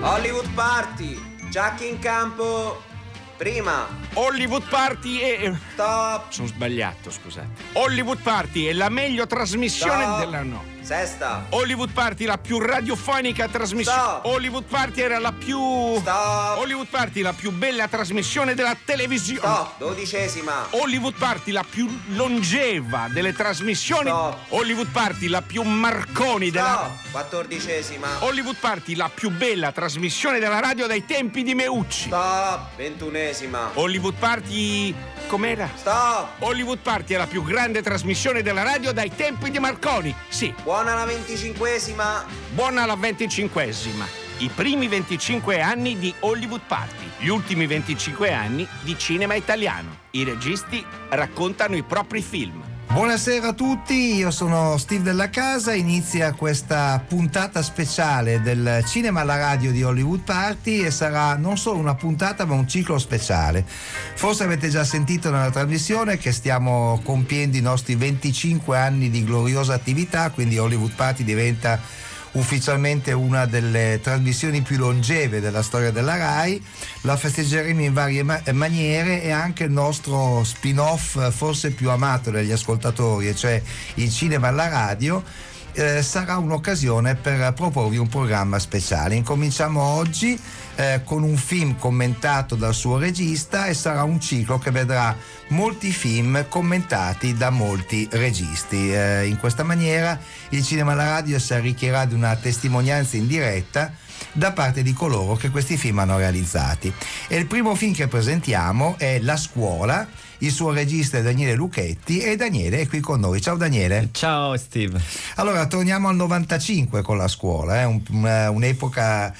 Hollywood Party, Giacchi in campo. Prima. Hollywood Party è... Stop. Sono sbagliato, scusate. Hollywood Party è la meglio trasmissione Stop. della... No. Sesta. Hollywood Party, la più radiofonica trasmissione. Stop. Hollywood Party era la più... Stop. Hollywood Party, la più bella trasmissione della televisione. Stop. 12ª. Hollywood Party, la più longeva delle trasmissioni. Stop. Hollywood Party, la più Marconi della... Stop. 14ª. Hollywood Party, la più bella trasmissione della radio dai tempi di Meucci. Stop. 21ª. Hollywood Party... com'era? Stop. Hollywood Party è la più grande trasmissione della radio dai tempi di Marconi. Sì. Buona la 25ª. Buona la 25esima. I primi 25 anni di Hollywood Party. Gli ultimi 25 anni di cinema italiano. I registi raccontano i propri film. Buonasera a tutti, io sono Steve Della Casa, inizia questa puntata speciale del cinema alla radio di Hollywood Party e sarà non solo una puntata ma un ciclo speciale. Forse avete già sentito nella trasmissione che stiamo compiendo i nostri 25 anni di gloriosa attività, quindi Hollywood Party diventa ufficialmente una delle trasmissioni più longeve della storia della RAI. La festeggeremo in varie maniere e anche il nostro spin-off forse più amato dagli ascoltatori, e cioè il cinema alla radio, sarà un'occasione per proporvi un programma speciale. Incominciamo oggi con un film commentato dal suo regista e sarà un ciclo che vedrà molti film commentati da molti registi. In questa maniera il cinema alla radio si arricchirà di una testimonianza in diretta da parte di coloro che questi film hanno realizzati. E il primo film che presentiamo è La Scuola. Il suo regista è Daniele Lucchetti e Daniele è qui con noi. Ciao Daniele. Ciao Steve. Allora torniamo al 95 con La Scuola, un'epoca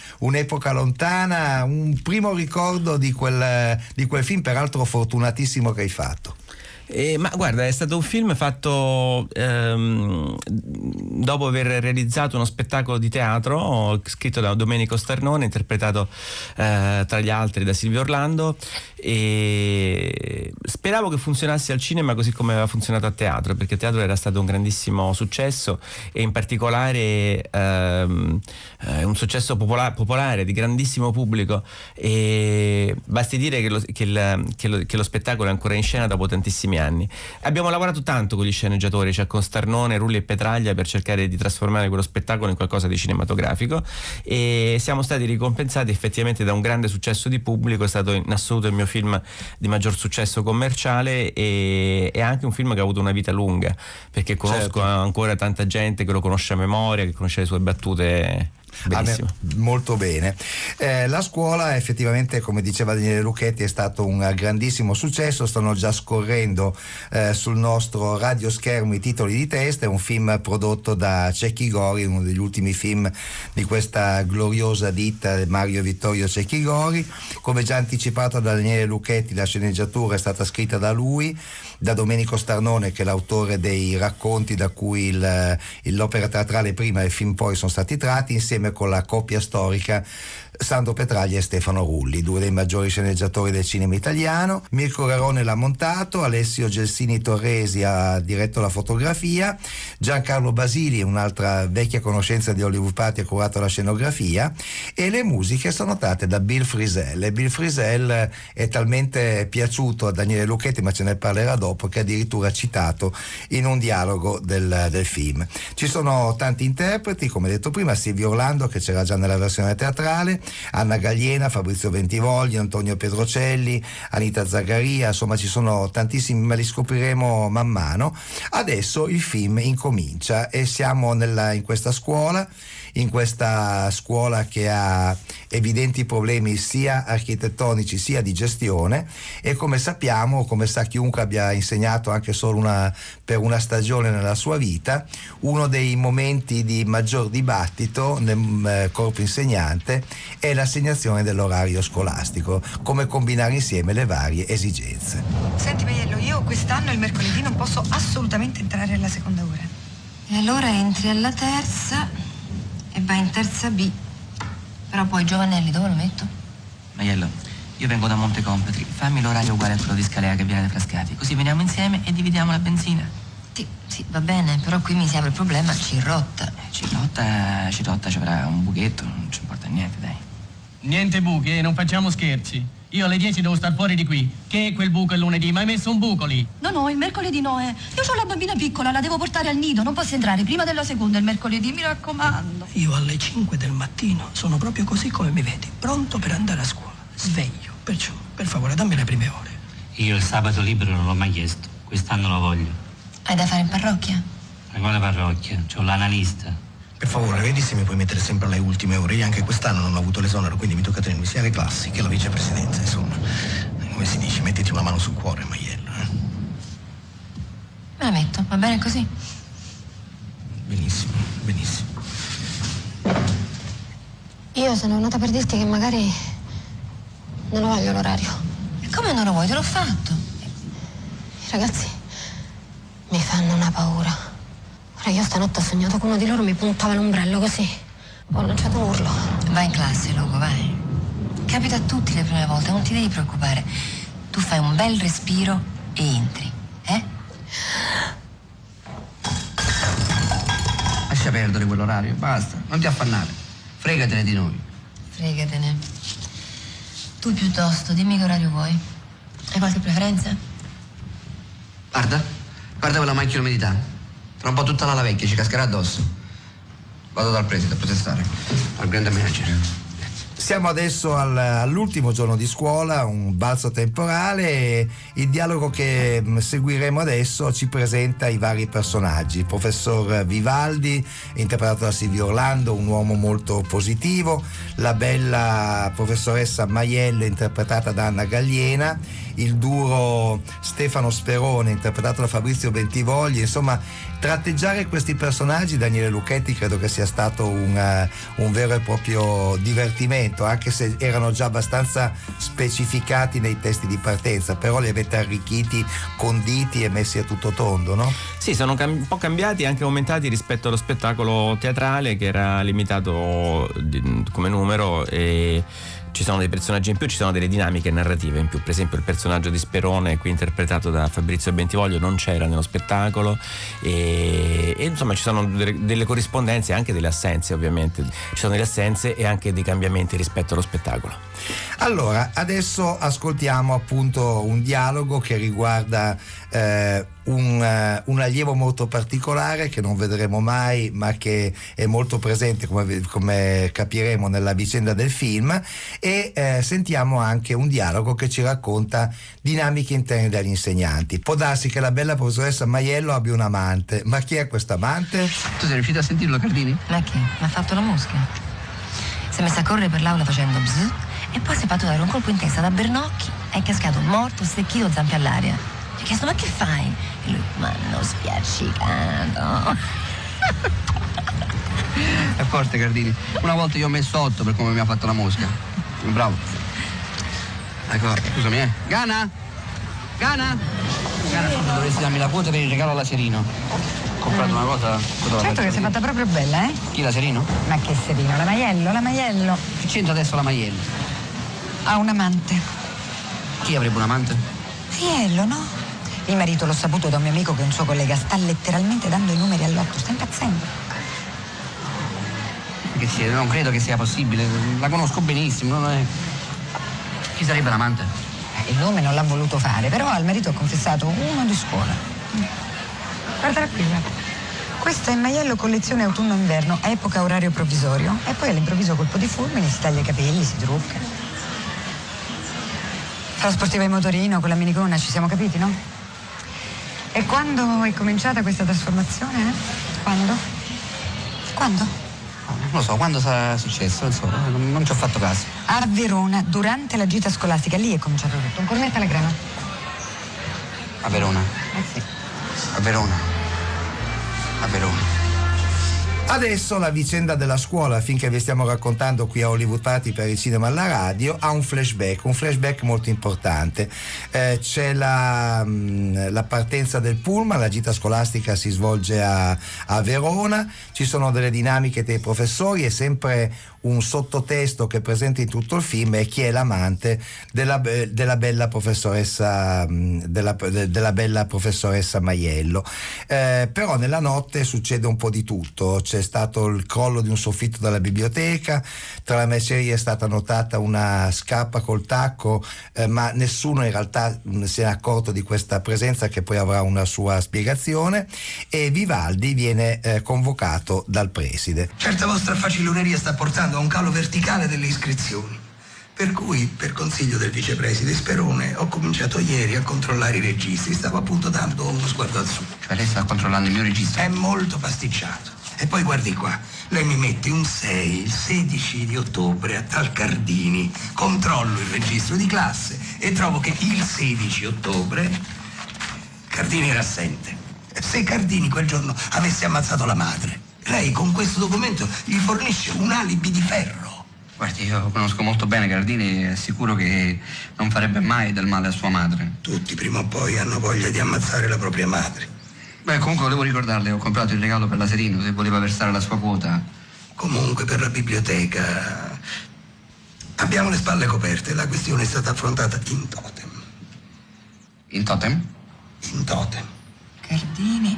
lontana, un primo ricordo di quel film peraltro fortunatissimo che hai fatto. Ma guarda, è stato un film fatto dopo aver realizzato uno spettacolo di teatro scritto da Domenico Starnone, interpretato tra gli altri da Silvio Orlando, e speravo che funzionasse al cinema così come aveva funzionato a teatro, perché a teatro era stato un grandissimo successo e in particolare un successo popolare di grandissimo pubblico, e basti dire che lo spettacolo è ancora in scena dopo tantissimi anni. Abbiamo lavorato tanto con gli sceneggiatori, cioè con Starnone, Rulli e Petraglia, per cercare di trasformare quello spettacolo in qualcosa di cinematografico, e siamo stati ricompensati effettivamente da un grande successo di pubblico. È stato in assoluto il mio film di maggior successo commerciale e anche un film che ha avuto una vita lunga, perché conosco ancora tanta gente che lo conosce a memoria, che conosce le sue battute. Benissimo. Molto bene. La Scuola effettivamente, come diceva Daniele Lucchetti, è stato un grandissimo successo. Stanno già scorrendo sul nostro radioschermo i titoli di testa. È un film prodotto da Cecchi Gori, uno degli ultimi film di questa gloriosa ditta, Mario Vittorio Cecchi Gori. Come già anticipato da Daniele Lucchetti, la sceneggiatura è stata scritta da lui, da Domenico Starnone, che è l'autore dei racconti da cui l'opera teatrale prima e il film poi sono stati tratti, insieme con la coppia storica Sandro Petraglia e Stefano Rulli, due dei maggiori sceneggiatori del cinema italiano. Mirko Garone l'ha montato, Alessio Gelsini Torresi ha diretto la fotografia, Giancarlo Basili, un'altra vecchia conoscenza di Hollywood Party, ha curato la scenografia, e le musiche sono tratte da Bill Frisell. E Bill Frisell è talmente piaciuto a Daniele Lucchetti, ma ce ne parlerà dopo, che addirittura ha citato in un dialogo del film. Ci sono tanti interpreti, come detto prima, Silvio Orlando, che c'era già nella versione teatrale, Anna Galliena, Fabrizio Bentivogli, Antonio Pedrocelli, Anita Zagaria, insomma ci sono tantissimi, ma li scopriremo man mano. Adesso il film incomincia e siamo in questa scuola che ha evidenti problemi sia architettonici sia di gestione, e come sappiamo, come sa chiunque abbia insegnato anche solo per una stagione nella sua vita, uno dei momenti di maggior dibattito nel corpo insegnante è l'assegnazione dell'orario scolastico, come combinare insieme le varie esigenze. Senti Maiello, io quest'anno il mercoledì non posso assolutamente entrare alla seconda ora. E allora entri alla terza e vai in terza B. Però poi Giovanelli dove lo metto? Maiello, io vengo da Montecompatri, fammi l'orario uguale a quello di Scalea che viene da Frascati, così veniamo insieme e dividiamo la benzina. Sì, va bene, però qui mi si apre il problema Cirotta. Cirotta ci avrà un buchetto, non ci importa niente, dai. Niente buchi, non facciamo scherzi. Io alle 10 devo star fuori di qui. Che è quel buco il lunedì? Ma hai messo un buco lì? No, il mercoledì no. Io ho la bambina piccola, la devo portare al nido. Non posso entrare prima della seconda il mercoledì, mi raccomando. Io alle 5 del mattino sono proprio così come mi vedi, pronto per andare a scuola. Sveglio. Perciò, per favore, dammi le prime ore. Io il sabato libero non l'ho mai chiesto. Quest'anno lo voglio. Hai da fare in parrocchia? Ma quale parrocchia? C'ho l'analista. Per favore, vedi se mi puoi mettere sempre alle ultime ore. Io anche quest'anno non ho avuto l'esonero, quindi mi tocca tenermi sia le classi che la vicepresidenza, insomma. Come si dice, mettiti una mano sul cuore, Maiello. Me la metto, va bene così? Benissimo. Io sono venuta per dirti che magari non lo voglio l'orario. E come non lo vuoi? Te l'ho fatto. I ragazzi mi fanno una paura. Ora io stanotte ho sognato che uno di loro mi puntava l'ombrello così. Ho lanciato un urlo. Vai in classe, Logo, vai. Capita a tutti le prime volte, non ti devi preoccupare. Tu fai un bel respiro e entri, eh? Lascia perdere quell'orario, basta. Non ti affannare. Fregatene di noi. Fregatene. Tu piuttosto, dimmi che orario vuoi. Hai qualche preferenza? Guarda quella macchina umidità. Tra un po' tutta l'ala vecchia ci cascherà addosso. Vado dal preside a protestare. Al grande manager. Siamo adesso all'ultimo giorno di scuola, un balzo temporale, e il dialogo che seguiremo adesso ci presenta i vari personaggi. Il professor Vivaldi, interpretato da Silvio Orlando, un uomo molto positivo, la bella professoressa Maiello, interpretata da Anna Galliena, il duro Stefano Sperone, interpretato da Fabrizio Bentivogli. Insomma, tratteggiare questi personaggi, Daniele Lucchetti, credo che sia stato un vero e proprio divertimento, anche se erano già abbastanza specificati nei testi di partenza, però li avete arricchiti, conditi e messi a tutto tondo, no? Sì, sono un po' cambiati e anche aumentati rispetto allo spettacolo teatrale, che era limitato come numero, e ci sono dei personaggi in più, ci sono delle dinamiche narrative in più. Per esempio il personaggio di Sperone, qui interpretato da Fabrizio Bentivoglio, non c'era nello spettacolo, e insomma ci sono delle corrispondenze e anche delle assenze, ovviamente. Ci sono delle assenze e anche dei cambiamenti rispetto allo spettacolo. Allora, adesso ascoltiamo appunto un dialogo che riguarda un allievo molto particolare che non vedremo mai, ma che è molto presente, come capiremo, nella vicenda del film, e sentiamo anche un dialogo che ci racconta dinamiche interne dagli insegnanti. Può darsi che la bella professoressa Maiello abbia un amante, ma chi è questo amante? Tu sei riuscito a sentirlo, Cardini? Ma che? Mi ha fatto la mosca. Si è messa a correre per l'aula facendo bzz e poi si è fatto dare un colpo in testa da Bernocchi, è cascato morto, stecchito, zampe all'aria. Gli ho chiesto: ma che fai? E lui: ma hanno spiaccicato. È forte, Cardini. Una volta io ho messo 8 per come mi ha fatto la mosca. Bravo. Ecco, scusami, Gana, dovresti darmi la quota per il regalo alla Serino. Ho comprato una cosa. Certo che sei fatta proprio bella, eh? Chi, la Serino? Ma che Serino? La Maiello. Che c'entra adesso la Maiello? Ha un amante. Chi avrebbe un amante? Maiello, no? Il marito, l'ho saputo da un mio amico che è un suo collega, sta letteralmente dando i numeri all'otto, sta impazzendo. Non credo che sia possibile, la conosco benissimo, non è... Chi sarebbe l'amante? Il nome non l'ha voluto fare, però al marito ha confessato uno di scuola. Guardala qui, guarda. Questa è Maiello collezione autunno-inverno, epoca orario provvisorio, e poi all'improvviso colpo di fulmine, si taglia i capelli, si trucca. Fa la sportiva in motorino con la minigonna, ci siamo capiti, no? E quando è cominciata questa trasformazione, eh? Quando? Non lo so, quando sarà successo, insomma, non ci ho fatto caso. A Verona, durante la gita scolastica, lì è cominciato tutto. Un cornetto alla crema. A Verona? Sì. A Verona. Adesso la vicenda della scuola, finché vi stiamo raccontando qui a Hollywood Party per il cinema alla radio, ha un flashback molto importante. C'è la partenza del pullman, la gita scolastica si svolge a Verona, ci sono delle dinamiche dei professori, è sempre un sottotesto che è presente in tutto il film è chi è l'amante della bella professoressa Maiello. Però nella notte succede un po' di tutto. C'è stato il crollo di un soffitto della biblioteca, tra la macerie è stata notata una scarpa col tacco, ma nessuno in realtà si è accorto di questa presenza, che poi avrà una sua spiegazione, e Vivaldi viene convocato dal preside. Certa vostra faciloneria sta portando a un calo verticale delle iscrizioni, per cui, per consiglio del vicepreside Sperone, ho cominciato ieri a controllare i registri. Stavo appunto dando uno sguardo al su. Cioè lei sta controllando il mio registro? È molto pasticciato. E poi guardi qua, lei mi mette un 6 il 16 di ottobre a tal Cardini, controllo il registro di classe e trovo che il 16 ottobre Cardini era assente. Se Cardini quel giorno avesse ammazzato la madre, lei con questo documento gli fornisce un alibi di ferro. Guardi, io conosco molto bene Cardini, è sicuro che non farebbe mai del male a sua madre. Tutti prima o poi hanno voglia di ammazzare la propria madre. Beh, comunque volevo ricordarle, ho comprato il regalo per la Serino, se voleva versare la sua quota. Comunque per la biblioteca abbiamo le spalle coperte, la questione è stata affrontata in totem. In totem? In totem. Cardini,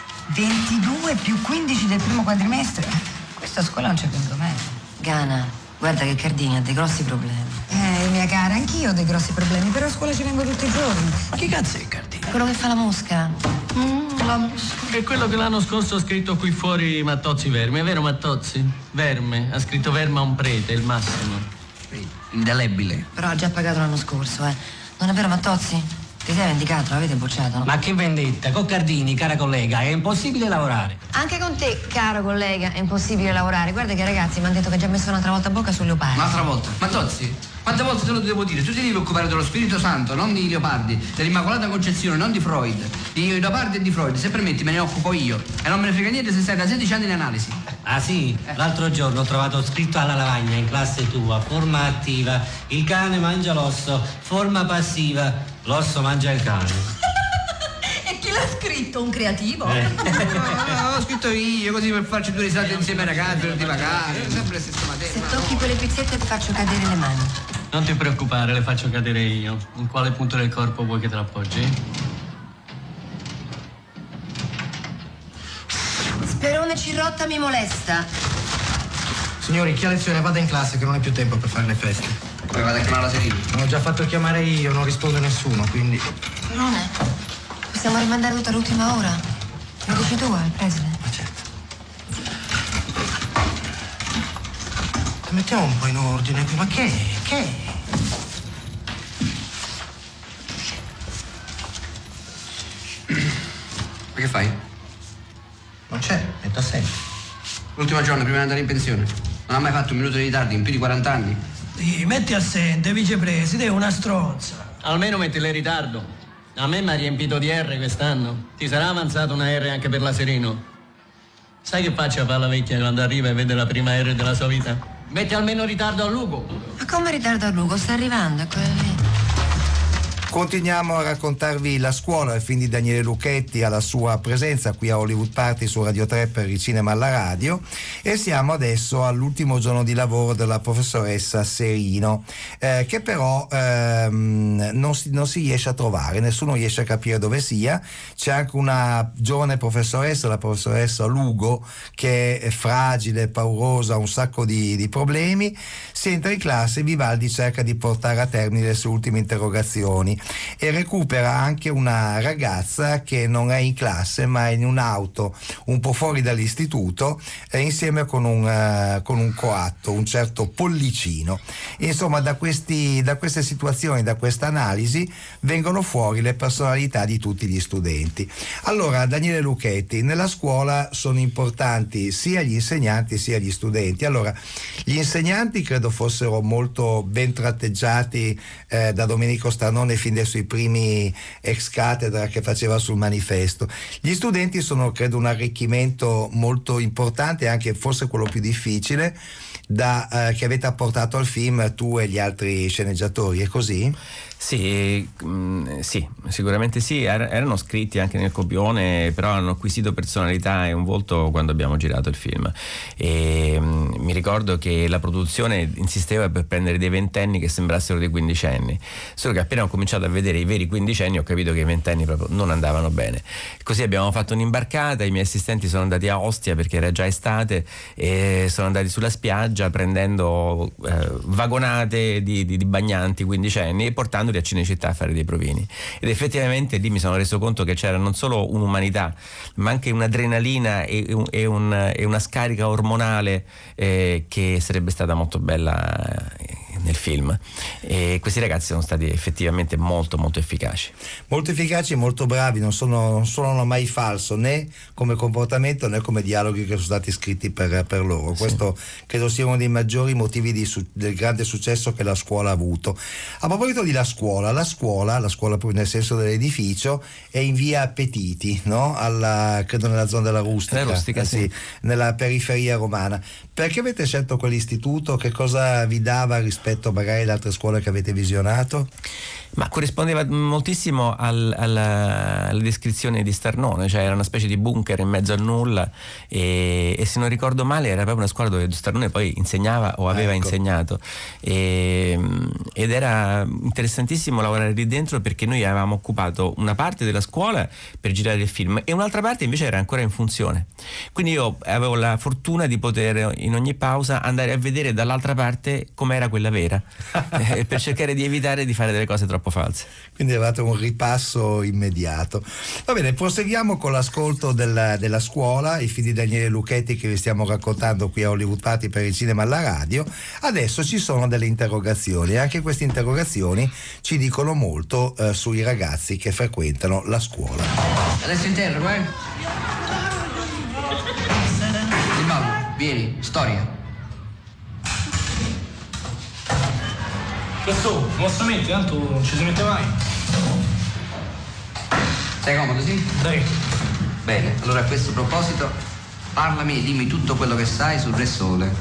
22 più 15 del primo quadrimestre. Questa scuola non c'è compromesso. Gana, guarda che Cardini ha dei grossi problemi. Mia cara, anch'io ho dei grossi problemi, però a scuola ci vengo tutti i giorni. Ma che cazzo è Cardini? Quello che fa la mosca. La mosca. È quello che l'anno scorso ha scritto qui fuori Mattozzi Verme, è vero Mattozzi? Verme, ha scritto Verme a un prete, il massimo. Indelebile. Però ha già pagato l'anno scorso, Non è vero Mattozzi? Ti sei vendicato, l'avete bocciato? Ma che vendetta, con Cardini, cara collega, è impossibile lavorare. Anche con te, caro collega, è impossibile lavorare. Guarda che i ragazzi mi hanno detto che ha già messo un'altra volta bocca sul leopardi. Un'altra volta? Mattozzi, quante volte te lo devo dire? Tu ti devi occupare dello Spirito Santo, non di Leopardi, dell'Immacolata Concezione, non di Freud. Di Leopardi e di Freud, se permetti me ne occupo io. E non me ne frega niente se stai da 16 anni in analisi. Ah sì? L'altro giorno ho trovato scritto alla lavagna in classe tua, forma attiva, il cane mangia l'osso, forma passiva, l'osso mangia il cane. E chi l'ha scritto? Un creativo? Ho scritto io, così per farci due risate insieme ai ragazzi, per divagare, sempre la stessa materia. Se tocchi quelle pizzette ti faccio cadere le mani. Non ti preoccupare, le faccio cadere io. In quale punto del corpo vuoi che te l'appoggi? Sperone Cirotta mi molesta. Signori, chi ha lezione vada in classe che non è più tempo per fare le feste. Come vado a chiamare la Serino? Non ho già fatto chiamare io, non risponde nessuno, quindi... Sperone, possiamo rimandare tutta l'ultima ora. Lo dici tu al preside? Ma certo. Mettiamo un po' in ordine qui, ma che è? Che è? Ma che fai? Non c'è, è da sempre. L'ultimo giorno prima di andare in pensione. Non ha mai fatto un minuto di ritardo in più di 40 anni. Sì, metti assente, vicepreside, è una stronza. Almeno mettile in ritardo. A me mi ha riempito di R quest'anno. Ti sarà avanzata una R anche per la Serino? Sai che faccia fa la vecchia quando arriva e vede la prima R della sua vita? Metti almeno ritardo a Lugo. Ma come ritardo a Lugo? Sta arrivando, è quella lì. Continuiamo a raccontarvi la scuola, il film di Daniele Lucchetti, alla sua presenza qui a Hollywood Party su Radio 3 per il cinema alla radio, e siamo adesso all'ultimo giorno di lavoro della professoressa Serino, che però non si riesce a trovare, nessuno riesce a capire dove sia. C'è anche una giovane professoressa, la professoressa Lugo, che è fragile, paurosa, ha un sacco di problemi. Si entra in classe e Vivaldi cerca di portare a termine le sue ultime interrogazioni e recupera anche una ragazza che non è in classe ma è in un'auto un po' fuori dall'istituto, insieme con un coatto, un certo Pollicino. Insomma, da queste situazioni, da questa analisi vengono fuori le personalità di tutti gli studenti. Allora, Daniele Lucchetti, nella scuola sono importanti sia gli insegnanti sia gli studenti. Allora, gli insegnanti credo fossero molto ben tratteggiati da Domenico Starnone fin dai suoi primi ex cattedra che faceva sul manifesto. Gli studenti sono credo un arricchimento molto importante, anche forse quello più difficile. che avete apportato al film, tu e gli altri sceneggiatori, è così? Sì, sicuramente sì, erano scritti anche nel copione, però hanno acquisito personalità e un volto quando abbiamo girato il film. E mi ricordo che la produzione insisteva per prendere dei ventenni che sembrassero dei quindicenni, solo che appena ho cominciato a vedere i veri quindicenni ho capito che i ventenni proprio non andavano bene. Così abbiamo fatto un'imbarcata, i miei assistenti sono andati a Ostia perché era già estate e sono andati sulla spiaggia prendendo vagonate di bagnanti quindicenni e portandoli a Cinecittà a fare dei provini, ed effettivamente lì mi sono reso conto che c'era non solo un'umanità ma anche un'adrenalina e una scarica ormonale che sarebbe stata molto bella nel film, e questi ragazzi sono stati effettivamente molto molto efficaci e molto bravi, non suonano mai falso né come comportamento né come dialoghi che sono stati scritti per loro. Questo credo sia uno dei maggiori motivi del grande successo che la scuola ha avuto. A proposito di la scuola proprio nel senso dell'edificio è in via Appetiti, no? Credo nella zona della Rustica, sì, nella periferia romana. Perché avete scelto quell'istituto? Che cosa vi dava rispetto magari alle altre scuole che avete visionato? Ma corrispondeva moltissimo alla descrizione di Starnone, cioè era una specie di bunker in mezzo al nulla, e se non ricordo male era proprio una scuola dove Starnone poi insegnava o aveva insegnato, ed era interessantissimo lavorare lì dentro perché noi avevamo occupato una parte della scuola per girare il film e un'altra parte invece era ancora in funzione, quindi io avevo la fortuna di poter in ogni pausa andare a vedere dall'altra parte com'era quella vera per cercare di evitare di fare delle cose troppo false. Quindi avevate un ripasso immediato. Va bene, proseguiamo con l'ascolto della scuola, i film di Daniele Lucchetti che vi stiamo raccontando qui a Hollywood Party per il cinema alla radio. Adesso ci sono delle interrogazioni e anche queste interrogazioni ci dicono molto sui ragazzi che frequentano la scuola. Adesso interrogo, vieni, storia. Questo, non si mette, tanto non ci si mette mai. Stai comodo, sì? Dai. Bene, allora a questo proposito parlami e dimmi tutto quello che sai sul Re Sole.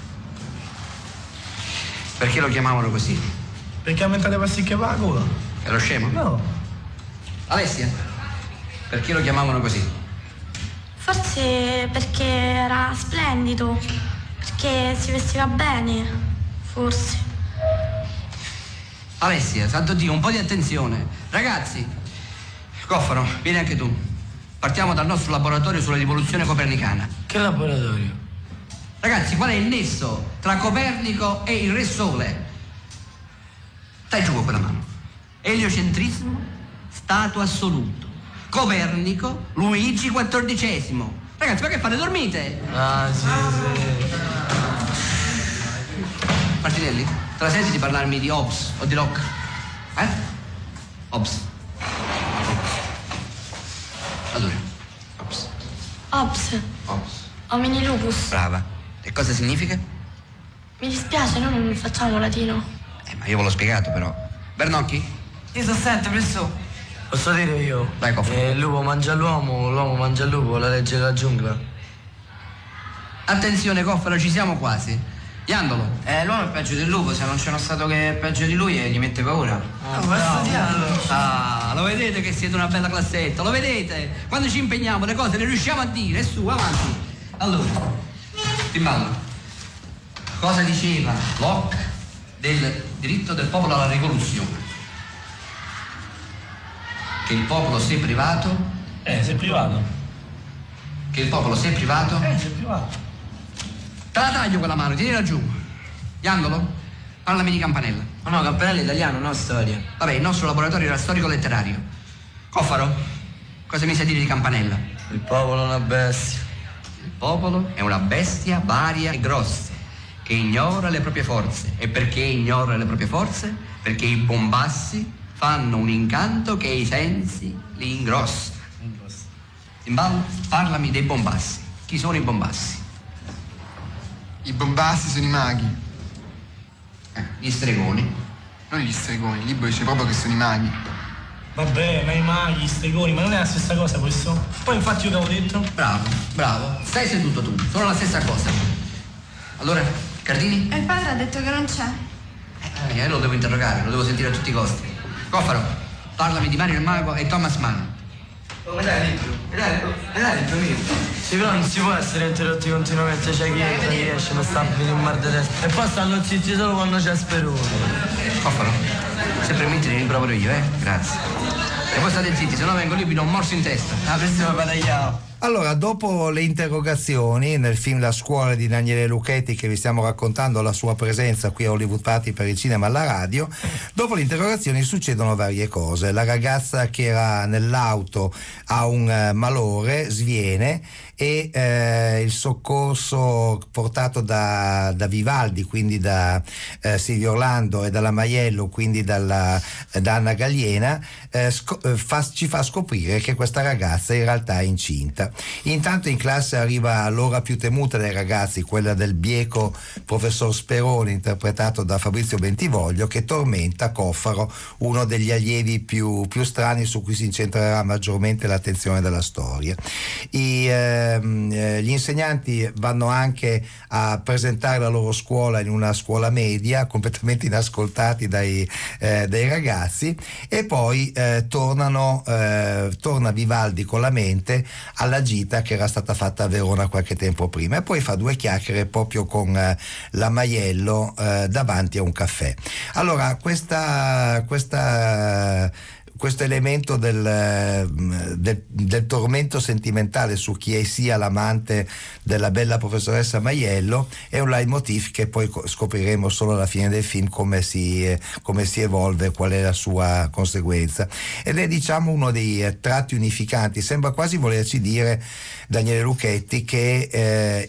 Perché lo chiamavano così? Perché aumentate pasticche per la gola. È lo scemo? No. Alessia, perché lo chiamavano così? Forse perché era splendido, perché si vestiva bene, forse. Alessia, santo Dio, un po' di attenzione. Ragazzi, Coffaro, vieni anche tu. Partiamo dal nostro laboratorio sulla rivoluzione copernicana. Che laboratorio? Ragazzi, qual è il nesso tra Copernico e il Re Sole? Dai giù con quella mano. Eliocentrismo, stato assoluto. Copernico, Luigi XIV. Ragazzi, ma che fate? Dormite? Ah, sì. Martinelli, te la senti di parlarmi di Hobbes o di Locke? Hobbes. Allora, Hobbes. Homini lupus. Brava. E cosa significa? Mi dispiace, noi non facciamo latino. Ma io ve l'ho spiegato però. Bernocchi? Io sto assente, presso. Posso dire io? Vai, Coffaro. Il lupo mangia l'uomo, l'uomo mangia il lupo, la legge della giungla. Attenzione, Coffaro, ci siamo quasi. Iandolo. L'uomo è peggio del lupo, se non c'è uno stato che è peggio di lui gli mette paura. Lo vedete che siete una bella classetta, lo vedete? Quando ci impegniamo le cose le riusciamo a dire, e su, avanti. Allora, Timballo, cosa diceva Locke del diritto del popolo alla rivoluzione? Che il popolo se privato... se è privato. Che il popolo se privato... se è privato. Te la taglio quella mano, tienila giù. Iandolo, parlami di Campanella. Ma no, Campanella è italiano, no storia. Vabbè, il nostro laboratorio era storico-letterario. Coffaro, cosa mi sai dire di Campanella? Il popolo è una bestia. Il popolo è una bestia varia e grossa, che ignora le proprie forze. E perché ignora le proprie forze? Perché i bombassi fanno un incanto che i sensi li ingrossa. Timballo, parlami dei bombassi. Chi sono i bombassi? I bombassi sono i maghi. Gli stregoni. Non gli stregoni, il libro dice proprio che sono i maghi. Vabbè, ma i maghi, gli stregoni, ma non è la stessa cosa questo? Poi infatti io che avevo detto. Bravo. Stai seduto tu, sono la stessa cosa. Allora, Cardini? E il padre ha detto che non c'è. Lo devo interrogare, lo devo sentire a tutti i costi. Coffaro, parlami di Mario il Mago e Thomas Mann. Mi dai libro mio. Sì, però non si può essere interrotti continuamente, c'è chi entra, chi esce, mi sta a venire un mar di testa. E poi stanno zitti solo quando c'è Sperone. Coffaro, se permetti ne rimprovero io, grazie. E poi state zitti, se no vengo lì e vi do un morso in testa. La prossima patagliamo. Allora, dopo le interrogazioni nel film La scuola di Daniele Lucchetti, che vi stiamo raccontando la sua presenza qui a Hollywood Party per il cinema alla radio, dopo le interrogazioni succedono varie cose. La ragazza che era nell'auto ha un malore, sviene, e il soccorso portato da Vivaldi, quindi da Silvio Orlando, e dalla Maiello, quindi da Anna Galliena, ci fa scoprire che questa ragazza in realtà è incinta. Intanto in classe arriva l'ora più temuta dai ragazzi, quella del bieco professor Sperone, interpretato da Fabrizio Bentivoglio, che tormenta Coffaro, uno degli allievi più strani su cui si incentrerà maggiormente l'attenzione della storia. Gli insegnanti vanno anche a presentare la loro scuola in una scuola media, completamente inascoltati dai ragazzi, e poi torna Vivaldi con la mente alla gita che era stata fatta a Verona qualche tempo prima, e poi fa due chiacchiere proprio con la Maiello davanti a un caffè. Allora questo elemento del tormento sentimentale su chi sia l'amante della bella professoressa Maiello è un leitmotiv che poi scopriremo solo alla fine del film come si evolve, qual è la sua conseguenza, ed è, diciamo, uno dei tratti unificanti. Sembra quasi volerci dire, Daniele Lucchetti, che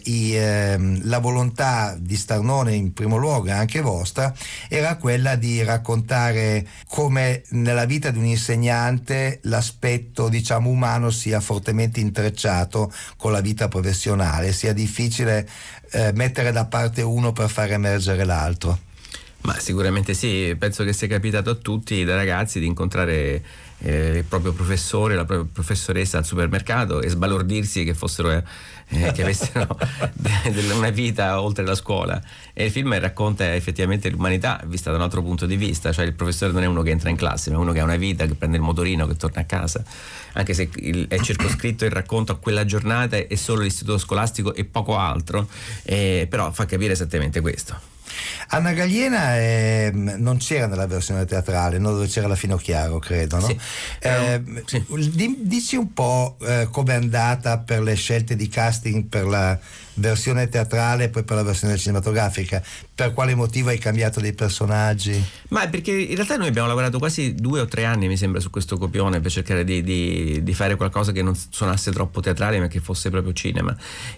la volontà di Starnone, in primo luogo, e anche vostra, era quella di raccontare come nella vita di un insegnante l'aspetto, diciamo, umano sia fortemente intrecciato con la vita professionale, sia difficile mettere da parte uno per far emergere l'altro. Ma sicuramente sì, penso che sia capitato a tutti da ragazzi di incontrare il proprio professore, la propria professoressa al supermercato e sbalordirsi che fossero che avessero una vita oltre la scuola. E il film racconta effettivamente l'umanità vista da un altro punto di vista, cioè il professore non è uno che entra in classe, ma è uno che ha una vita, che prende il motorino, che torna a casa, anche se è circoscritto il racconto a quella giornata e solo l'istituto scolastico e poco altro, però fa capire esattamente questo. Anna Galliena non c'era nella versione teatrale, no? Dove c'era la Finocchiaro, credo, no? Sì. Dici un po' com'è andata per le scelte di casting per la versione teatrale e poi per la versione cinematografica. Per quale motivo hai cambiato dei personaggi? Ma perché in realtà noi abbiamo lavorato quasi 2 o 3 anni, mi sembra, su questo copione per cercare di fare qualcosa che non suonasse troppo teatrale ma che fosse proprio cinema,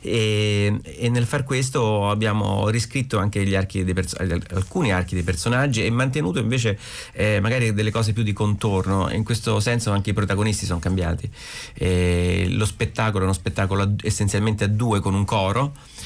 e nel far questo abbiamo riscritto anche alcuni archi dei personaggi e mantenuto invece magari delle cose più di contorno. In questo senso anche i protagonisti sono cambiati. Lo spettacolo è uno spettacolo essenzialmente a 2 con un coro,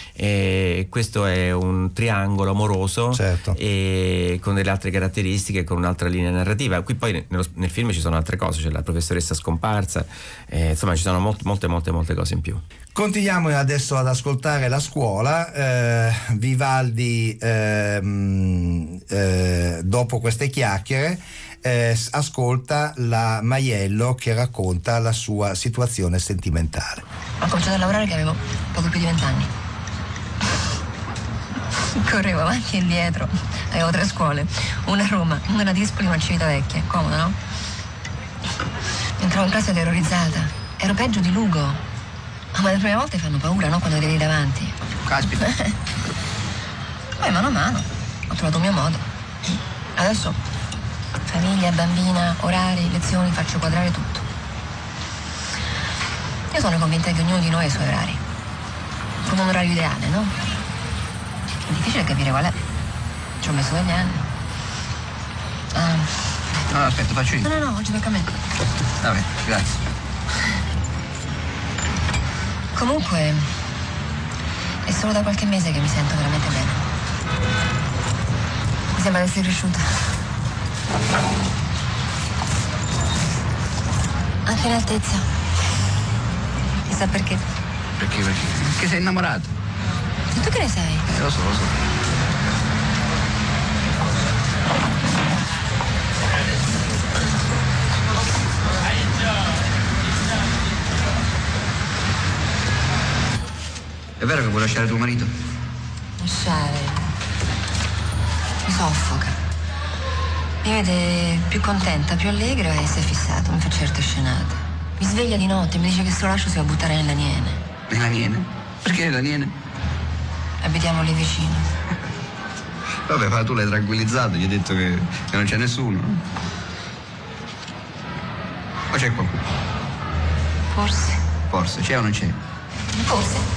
e questo è un triangolo amoroso, certo, e con delle altre caratteristiche, con un'altra linea narrativa. Qui poi nel film ci sono altre cose, c'è la professoressa scomparsa, insomma ci sono molte cose in più. Continuiamo adesso ad ascoltare La scuola. Vivaldi dopo queste chiacchiere ascolta la Maiello che racconta la sua situazione sentimentale. Ho cominciato a lavorare che avevo poco più di 20 anni. Correvo avanti e indietro, avevo 3 scuole, una a Roma, una a Dispoli, una a Civitavecchia. Comodo, no? Entravo in classe terrorizzata, ero peggio di Lugo. Ma le prime volte fanno paura, no? Quando li vedi davanti. Caspita. Poi mano a mano ho trovato il mio modo. Adesso famiglia, bambina, orari, lezioni, faccio quadrare tutto. Io sono convinta che ognuno di noi ha i suoi orari. Come un orario ideale, no? È difficile capire qual è. Ci ho messo degli anni. No, aspetta, faccio io. No, oggi tocca a me. Vabbè, grazie. Comunque, è solo da qualche mese che mi sento veramente bene. Mi sembra di essere cresciuta. Anche in altezza. Chissà perché. Perché? Perché sei innamorato. E tu che ne sai? Lo so. vuoi lasciare tuo marito? Lasciare? Mi soffoca. Mi vede più contenta, più allegra e si è fissato, mi fa certe scenate. Mi sveglia di notte, mi dice che se lo lascio si va a buttare nell'aniene. Nell'aniene? Perché nell'aniene? Abitiamo lì vicino. Vabbè, ma tu l'hai tranquillizzato, gli hai detto che non c'è nessuno. O c'è qualcuno? Forse. Forse, c'è o non c'è? Forse.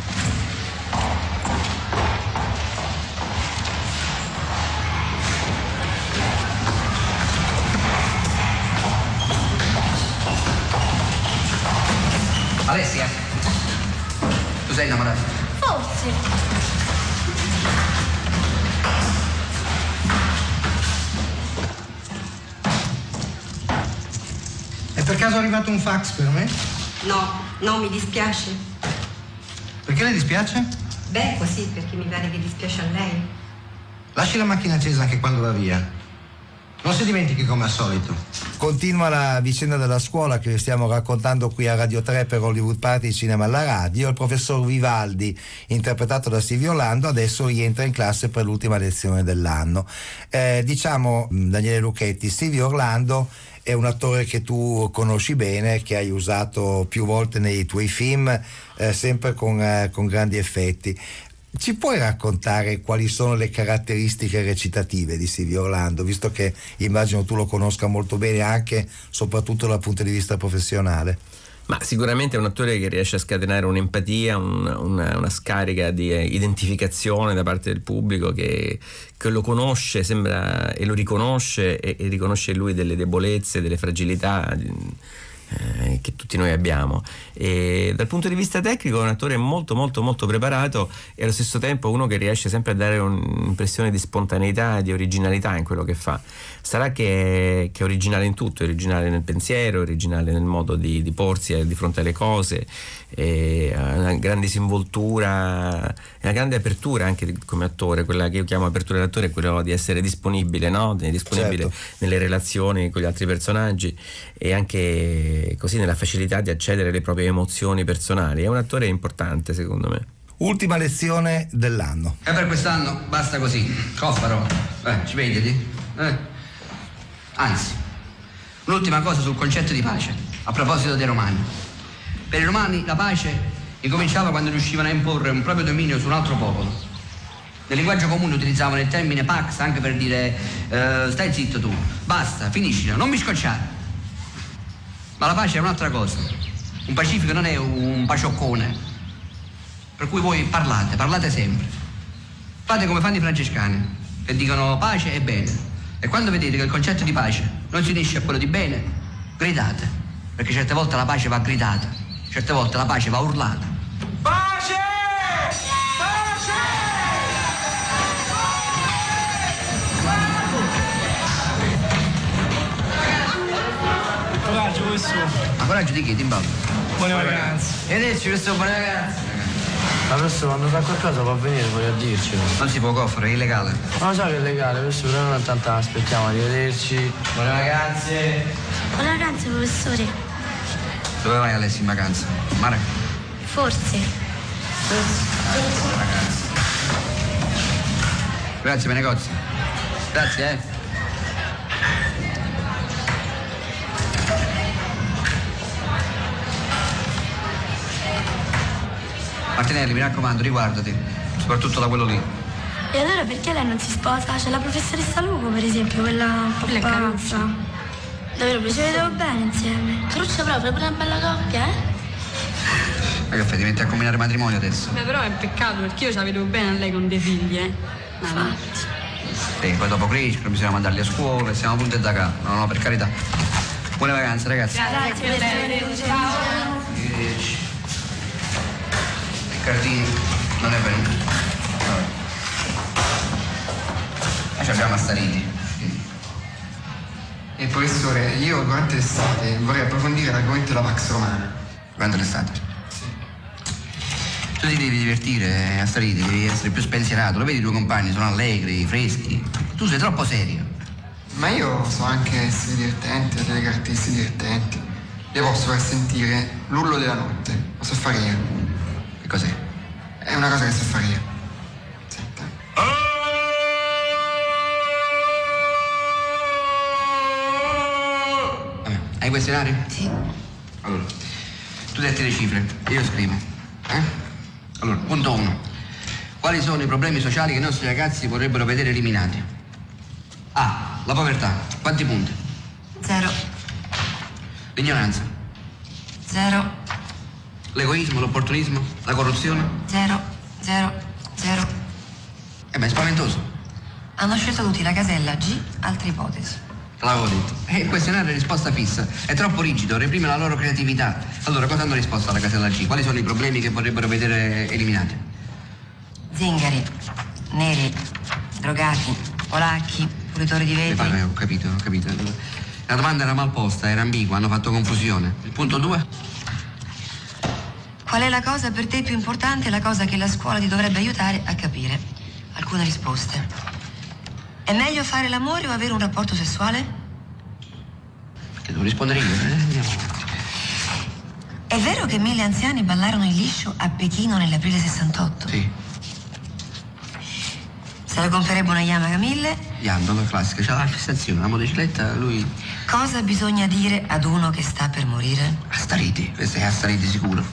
Alessia, tu sei innamorata? Forse. È per caso arrivato un fax per me? No, mi dispiace. Perché le dispiace? Beh, così, perché mi pare che dispiace a lei. Lasci la macchina accesa anche quando va via. Non si dimentichi come al solito. Continua la vicenda della scuola che stiamo raccontando qui a Radio 3 per Hollywood Party Cinema alla radio. Il professor Vivaldi, interpretato da Silvio Orlando, adesso rientra in classe per l'ultima lezione dell'anno. Daniele Lucchetti, Silvio Orlando è un attore che tu conosci bene, che hai usato più volte nei tuoi film, sempre con grandi effetti. Ci puoi raccontare quali sono le caratteristiche recitative di Silvio Orlando, visto che immagino tu lo conosca molto bene anche, soprattutto dal punto di vista professionale? Ma sicuramente è un attore che riesce a scatenare un'empatia, una scarica di identificazione da parte del pubblico che lo conosce, sembra, e lo riconosce e riconosce in lui delle debolezze, delle fragilità che tutti noi abbiamo. E dal punto di vista tecnico è un attore molto molto molto preparato e allo stesso tempo uno che riesce sempre a dare un'impressione di spontaneità e di originalità in quello che fa. Sarà che è originale in tutto, è originale nel pensiero, è originale nel modo di porsi di fronte alle cose, ha una grande disinvoltura, una grande apertura anche come attore. Quella che io chiamo apertura dell'attore è quello di essere disponibile, no? Disponibile, certo, nelle relazioni con gli altri personaggi e anche così nella facilità di accedere alle proprie emozioni personali. È un attore importante, secondo me. Ultima lezione dell'anno. E per quest'anno basta così. Coffaro, ci vedi? Anzi, un'ultima cosa sul concetto di pace, a proposito dei romani. Per i romani la pace incominciava quando riuscivano a imporre un proprio dominio su un altro popolo. Nel linguaggio comune utilizzavano il termine pax anche per dire stai zitto tu, basta, finiscila, non mi scocciare. Ma la pace è un'altra cosa. Un pacifico non è un pacioccone. Per cui voi parlate sempre. Fate come fanno i francescani, che dicono pace e bene. E quando vedete che il concetto di pace non si unisce a quello di bene, gridate. Perché certe volte la pace va gridata, certe volte la pace va urlata. Pace! Pace! Coraggio, professore. Ma coraggio di chi? Timballo? Buone vacanze. E adesso questo buone vacanze. Ma professore, quando sa qualcosa può venire, poi a dircelo. Non si può coffre, è illegale. Ma lo so che è legale, professore, però non tanto aspettiamo, arrivederci. Buone vacanze. Buone vacanze, professore. Dove vai Alessia in vacanza? Mare? Forse. Vacanze. Grazie, me negozio. Grazie, Martinelli, mi raccomando, riguardati, soprattutto da quello lì. E allora perché lei non si sposa? C'è la professoressa Lupo, per esempio, quella è pazza. Davvero, ci vedevo bene insieme. Caruccia proprio, pure una bella coppia, Ma che fai, ti metti a combinare matrimonio adesso? Beh, però è un peccato perché io ci la vedevo bene a lei con dei figli, Infatti. Poi dopo crescono, bisogna mandarli a scuola, siamo punti da capo. No, per carità. Buone vacanze, ragazzi. Grazie, ciao. Cardini non è venuto. E ci abbiamo Astariti. E professore, io durante l'estate vorrei approfondire l'argomento della Pax Romana. Durante l'estate? Sì. Tu ti devi divertire, Astariti, devi essere più spensierato. Lo vedi i tuoi compagni, sono allegri, freschi. Tu sei troppo serio. Ma io so anche essere divertente, ho delle caratteristiche divertenti. Io posso far sentire l'urlo della notte, lo so fare io. Che cos'è? È una cosa che so fare io. Senta. Vabbè, hai questionari? Sì. Allora, tu detti le cifre, io scrivo. Allora, punto 1. Quali sono i problemi sociali che i nostri ragazzi vorrebbero vedere eliminati? A. La povertà. Quanti punti? 0. L'ignoranza. 0. L'egoismo, l'opportunismo, la corruzione. 0. 0. 0. È spaventoso. Hanno scelto tutti la casella G, altre ipotesi. L'avevo detto. Il questionario è risposta fissa. È troppo rigido, reprime la loro creatività. Allora, cosa hanno risposto alla casella G? Quali sono i problemi che vorrebbero vedere eliminati? Zingari, neri, drogati, polacchi, pulitori di vetri. Ho capito. La domanda era mal posta, era ambigua, hanno fatto confusione. Il punto 2? Qual è la cosa per te più importante e la cosa che la scuola ti dovrebbe aiutare a capire? Alcune risposte. È meglio fare l'amore o avere un rapporto sessuale? Che devo rispondere io? Andiamo avanti. È vero che 1000 anziani ballarono il liscio a Pechino nell'aprile 68? Sì. Se lo comprerebbe una Yamaha 1000? Yamaha classica, c'ha la fissazione, la motocicletta, lui... Cosa bisogna dire ad uno che sta per morire? Astariti, questa è Astariti sicuro.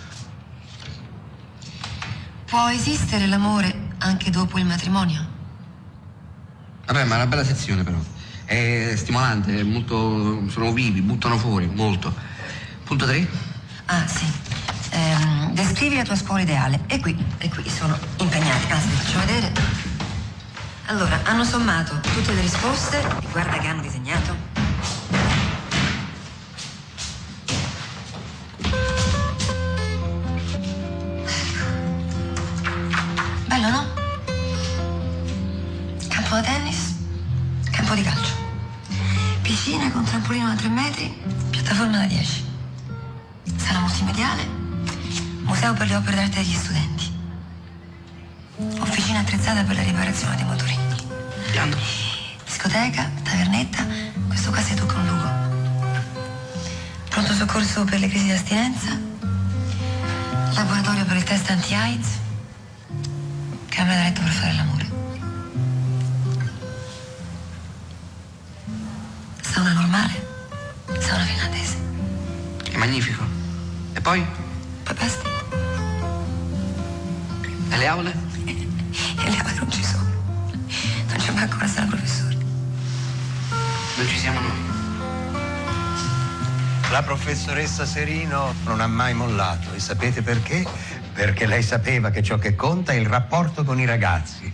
Può esistere l'amore anche dopo il matrimonio? Vabbè, ma è una bella sezione però. È stimolante, è molto... sono vivi, buttano fuori, molto. Punto 3? Ah, sì. Descrivi la tua scuola ideale. E qui sono impegnati. Anzi, ti faccio vedere. Allora, hanno sommato tutte le risposte e guarda che hanno disegnato. Bello, no? Campo da tennis, campo di calcio, piscina con trampolino da 3 metri, piattaforma da 10, sala multimediale, museo per le opere d'arte degli studenti, officina attrezzata per la riparazione dei motorini, discoteca, tavernetta, questo qua si tocca un lugo, pronto soccorso per le crisi di astinenza, laboratorio per il test anti-AIDS, camera da letto per fare l'amore. Sauna normale, sauna finlandese. È magnifico. E poi? Poi basta. E le aule? E le aule non ci sono. Non c'è manco una sala professori. Non ci siamo noi. La professoressa Serino non ha mai mollato e sapete perché? Perché lei sapeva che ciò che conta è il rapporto con i ragazzi.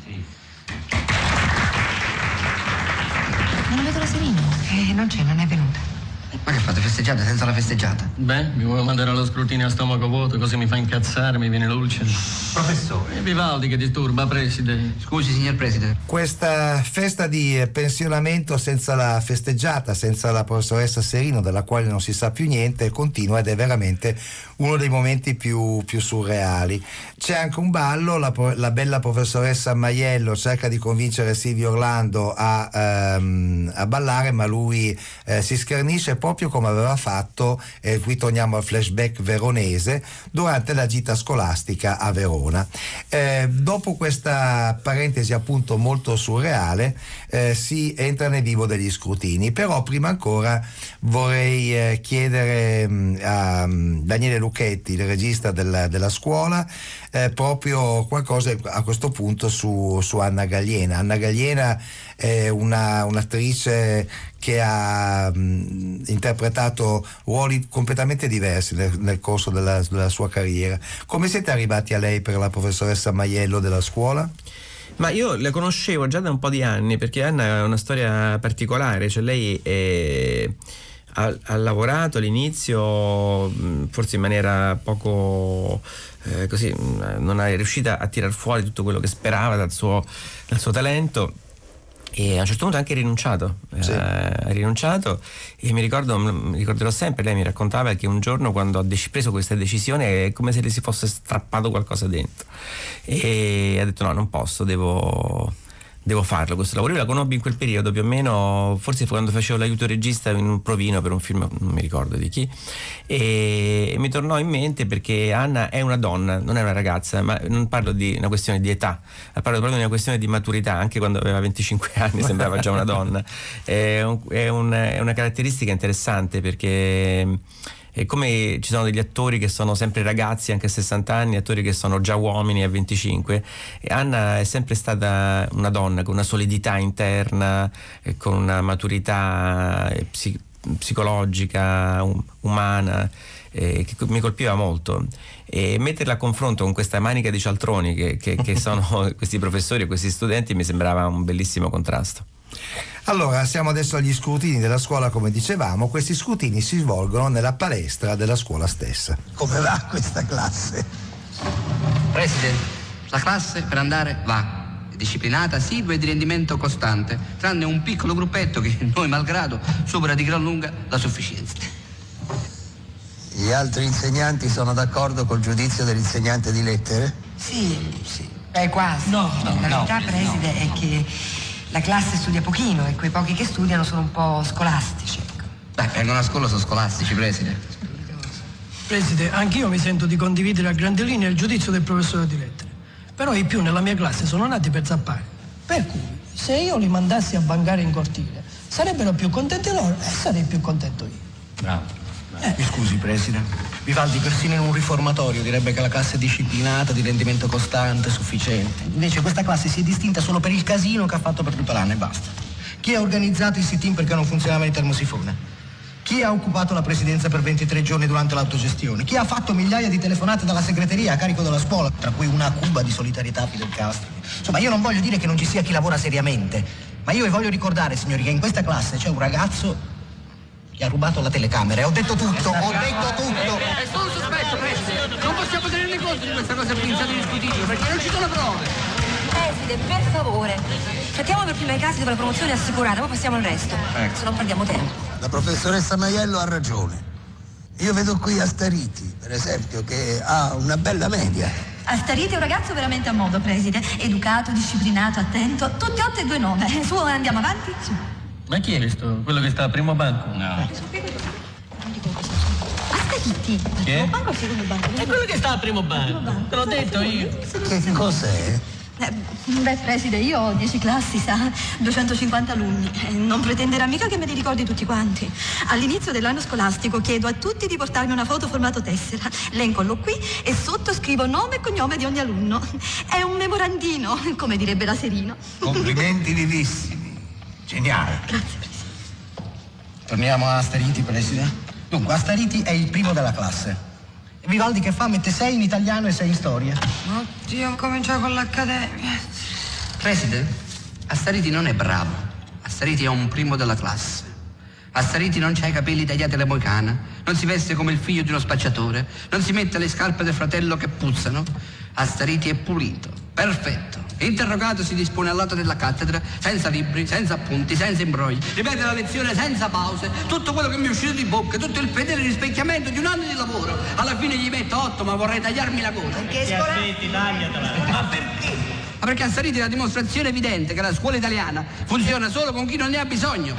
Non vedo la Serino. Non c'è, non è venuta. Ma che fate, festeggiate senza la festeggiata? Beh, mi vuoi mandare allo scrutinio a stomaco vuoto, così mi fa incazzare, mi viene l'ulcera. Professore. E Vivaldi che disturba, preside. Scusi, signor preside. Questa festa di pensionamento senza la festeggiata, senza la professoressa Serino, della quale non si sa più niente, continua ed è veramente uno dei momenti più surreali. C'è anche un ballo, la bella professoressa Maiello cerca di convincere Silvio Orlando a ballare, ma lui si schernisce proprio come aveva fatto, qui torniamo al flashback veronese, durante la gita scolastica a Verona. Dopo questa parentesi appunto molto surreale si entra nel vivo degli scrutini, però prima ancora vorrei chiedere a Daniele Lucchetti, il regista della scuola, proprio qualcosa a questo punto su Anna Galliena. Anna Galliena è un'attrice che ha interpretato ruoli completamente diversi nel corso della sua carriera. Come siete arrivati a lei per la professoressa Maiello della scuola? Ma io la conoscevo già da un po' di anni, perché Anna è una storia particolare, cioè lei ha lavorato all'inizio forse in maniera poco così, non è riuscita a tirar fuori tutto quello che sperava dal suo talento, e a un certo punto ha anche rinunciato. Sì. Ha rinunciato, e mi ricorderò sempre, lei mi raccontava che un giorno, quando ha preso questa decisione, è come se le si fosse strappato qualcosa dentro, e ha detto no, non posso, devo devo farlo questo lavoro. Io la conobbi in quel periodo più o meno, forse quando facevo l'aiuto regista in un provino per un film, non mi ricordo di chi, e mi tornò in mente perché Anna è una donna, non è una ragazza, ma non parlo di una questione di età, parlo proprio di una questione di maturità. Anche quando aveva 25 anni sembrava già una donna. È una caratteristica interessante, perché come ci sono degli attori che sono sempre ragazzi anche a 60 anni, attori che sono già uomini a 25, e Anna è sempre stata una donna con una solidità interna, con una maturità psicologica, umana, che mi colpiva molto, e metterla a confronto con questa manica di cialtroni che sono questi professori e questi studenti mi sembrava un bellissimo contrasto. Allora, siamo adesso agli scrutini della scuola, come dicevamo. Questi scrutini si svolgono nella palestra della scuola stessa. Come va questa classe? Presidente, la classe per andare va. È disciplinata, assidua e di rendimento costante, tranne un piccolo gruppetto che, noi malgrado, supera di gran lunga la sufficienza. Gli altri insegnanti sono d'accordo col giudizio dell'insegnante di lettere? Sì. Quasi. No. La verità, preside, è che la classe studia pochino e quei pochi che studiano sono un po' scolastici. Beh, vengono a scuola, sono scolastici, preside. Preside, anch'io mi sento di condividere a grandi linee il giudizio del professore di lettere. Però i più nella mia classe sono nati per zappare. Per cui, se io li mandassi a bancare in cortile, sarebbero più contenti loro e sarei più contento io. Bravo. Mi scusi, preside. Vivaldi persino in un riformatorio direbbe che la classe è disciplinata, di rendimento costante, sufficiente. Invece questa classe si è distinta solo per il casino che ha fatto per tutto l'anno e basta. Chi ha organizzato il sit-in perché non funzionava il termosifone? Chi ha occupato la presidenza per 23 giorni durante l'autogestione? Chi ha fatto migliaia di telefonate dalla segreteria a carico della scuola, tra cui una cuba di solidarietà a Fidel Castro? Insomma, io non voglio dire che non ci sia chi lavora seriamente, ma io vi voglio ricordare, signori, che in questa classe c'è un ragazzo che ha rubato la telecamera. Ho detto tutto. È solo sospetto, preside. Non possiamo tenerne conto di questa cosa prima di discutere, perché non ci sono prove. Preside, per favore, trattiamo per prima i casi dove la promozione è assicurata, poi passiamo al resto. Se non perdiamo tempo. La professoressa Maiello ha ragione. Io vedo qui Astariti, per esempio, che ha una bella media. Astariti è un ragazzo veramente a modo, preside. Educato, disciplinato, attento. Tutti 8 e 2 9. Su, andiamo avanti? Su. Ma chi è questo? Quello che sta al primo banco? No. Astariti? Chi è? Al primo banco o al secondo banco? È quello che sta al primo banco. Te l'ho detto io. Che cos'è? Beh, preside, io ho 10 classi, sa, 250 alunni. Non pretenderà mica che me li ricordi tutti quanti. All'inizio dell'anno scolastico chiedo a tutti di portarmi una foto formato tessera. La incollo qui e sotto scrivo nome e cognome di ogni alunno. È un memorandino, come direbbe la Serino. Complimenti vivissimi. Geniale. Grazie, preside. Torniamo a Astariti, preside. Dunque, Astariti è il primo della classe. Vivaldi che fa? Mette 6 in italiano e 6 in storia. Oddio, comincia con l'accademia. Preside, Astariti non è bravo. Astariti è un primo della classe. Astariti non c'ha i capelli tagliati alla moicana, non si veste come il figlio di uno spacciatore, non si mette le scarpe del fratello che puzzano. Astariti è pulito, perfetto. Interrogato si dispone al lato della cattedra, senza libri, senza appunti, senza imbrogli. Ripete la lezione senza pause, tutto quello che mi è uscito di bocca, tutto il fedele rispecchiamento di un anno di lavoro. Alla fine gli metto 8, ma vorrei tagliarmi la coda. Perché Aspetti, tagliatela. Ma perché? Ma perché Astariti è la dimostrazione evidente che la scuola italiana funziona solo con chi non ne ha bisogno.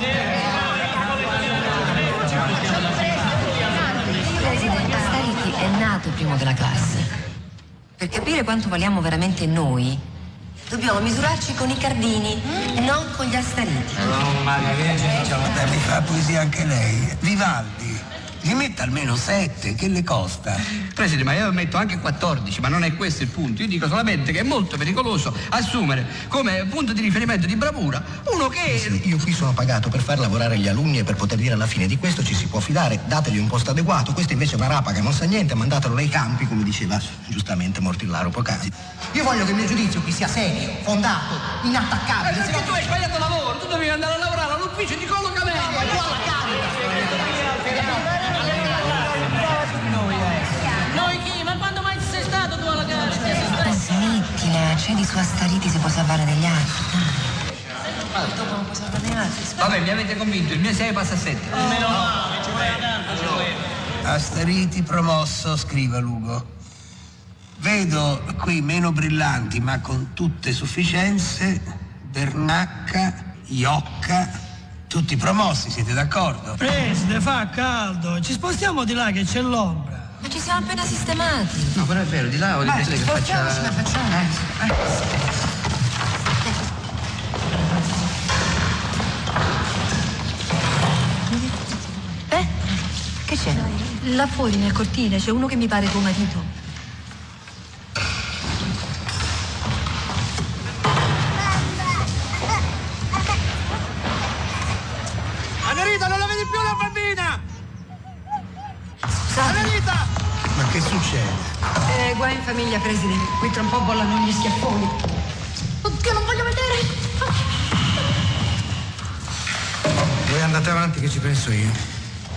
Astariti è nato primo della classe. Per capire quanto valiamo veramente noi, dobbiamo misurarci con i cardini e non con gli Astariti. Mi fa poesia anche lei. Vivaldi, gli metta almeno 7, che le costa? Preside, ma io metto anche 14, ma non è questo il punto. Io dico solamente che è molto pericoloso assumere come punto di riferimento di bravura uno che... Io qui sono pagato per far lavorare gli alunni e per poter dire alla fine di questo ci si può fidare, dategli un posto adeguato. Questa invece è una rapa che non sa niente, mandatelo nei campi, come diceva giustamente Mortillaro poc'anzi. Io voglio che il mio giudizio qui sia serio, fondato, inattaccabile. Perché tu hai sbagliato lavoro, tu dovevi andare a lavorare all'ufficio di collocamento. Noi chi? Ma quando mai sei stato tu alla gara? Smettila, cedi su Astariti si può salvare degli altri. Dopo non può salvare degli altri. Vabbè, mi avete convinto, il mio 6 passa a 7. Meno male, ci vuole tanto, ci vuole. Astariti promosso, scriva Lugo. Vedo qui meno brillanti, ma con tutte sufficienze, Dernacca, Iocca, tutti promossi, siete d'accordo? Preside, fa caldo, ci spostiamo di là che c'è l'ombra. Ma ci siamo appena sistemati. No, però è vero, di là o di che faccia... Ma facciamo. Che c'è? Là fuori nel cortile c'è uno che mi pare tuo marito. Annalita, non la vedi più la bambina? Annalita! Ma che succede? Guai in famiglia, preside. Qui tra un po' bollano gli schiaffoni. Oddio, non voglio vedere! Voi andate avanti che ci penso io.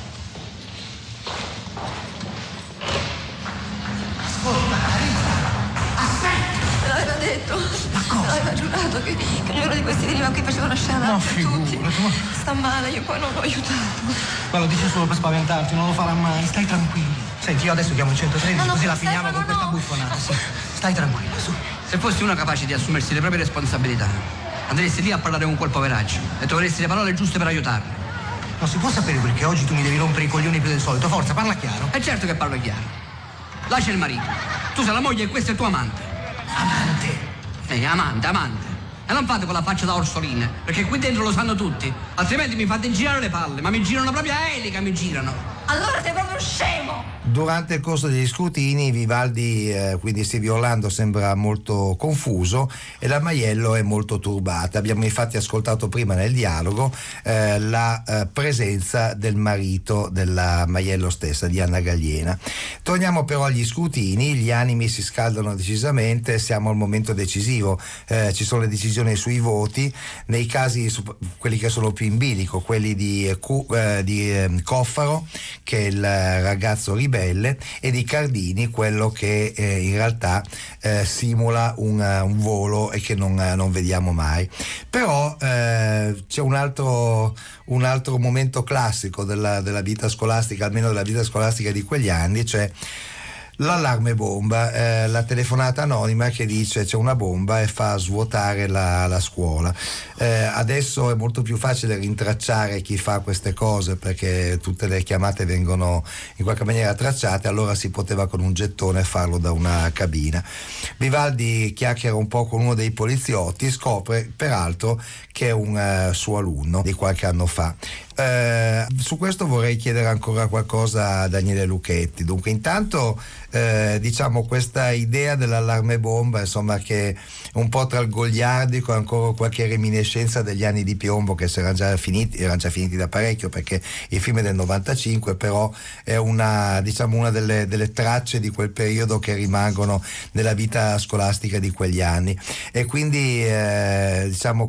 L'aveva detto. Ma cosa? L'aveva giurato che ognuno di questi veniva qui e faceva una scena davanti a tutti. Sta male, io poi non l'ho aiutato. Ma lo dice solo per spaventarti, non lo farà mai. Stai tranquillo. Senti, io adesso chiamo il 113 così la finiamo con questa buffonata. Sì. Stai tranquillo, su. Se fossi uno capace di assumersi le proprie responsabilità, andresti lì a parlare con quel poveraccio e troveresti le parole giuste per aiutarlo. Non si può sapere perché oggi tu mi devi rompere i coglioni più del solito. Forza, parla chiaro. È certo che parlo chiaro. Là c'è il marito. Tu sei la moglie e questo è il tuo amante. Amante? Amante. E non fate quella faccia da orsoline, perché qui dentro lo sanno tutti. Altrimenti mi fate girare le palle, ma mi girano proprio a elica, mi girano. Allora sei proprio scemo! Durante il corso degli scrutini Vivaldi, quindi Silvio Orlando, sembra molto confuso e la Maiello è molto turbata. Abbiamo infatti ascoltato prima nel dialogo la presenza del marito della Maiello stessa, di Anna Galliena. Torniamo però agli scrutini, gli animi si scaldano decisamente, siamo al momento decisivo, ci sono le decisioni sui voti, nei casi quelli che sono più in bilico, quelli di Coffaro, che è il ragazzo ribelle, e di Cardini, quello che in realtà simula un volo e che non vediamo mai. Però c'è un altro momento classico della vita scolastica, almeno della vita scolastica di quegli anni, cioè l'allarme bomba, la telefonata anonima che dice c'è una bomba e fa svuotare la scuola. Adesso è molto più facile rintracciare chi fa queste cose perché tutte le chiamate vengono in qualche maniera tracciate, allora si poteva con un gettone farlo da una cabina. Vivaldi chiacchiera un po' con uno dei poliziotti, scopre peraltro che è un suo alunno di qualche anno fa. Su questo vorrei chiedere ancora qualcosa a Daniele Lucchetti. Dunque, intanto diciamo questa idea dell'allarme bomba, insomma, che un po' tra il goliardico e ancora qualche reminiscenza degli anni di piombo che erano già finiti da parecchio, perché il film è del 95, però è una delle tracce di quel periodo che rimangono nella vita scolastica di quegli anni. E quindi diciamo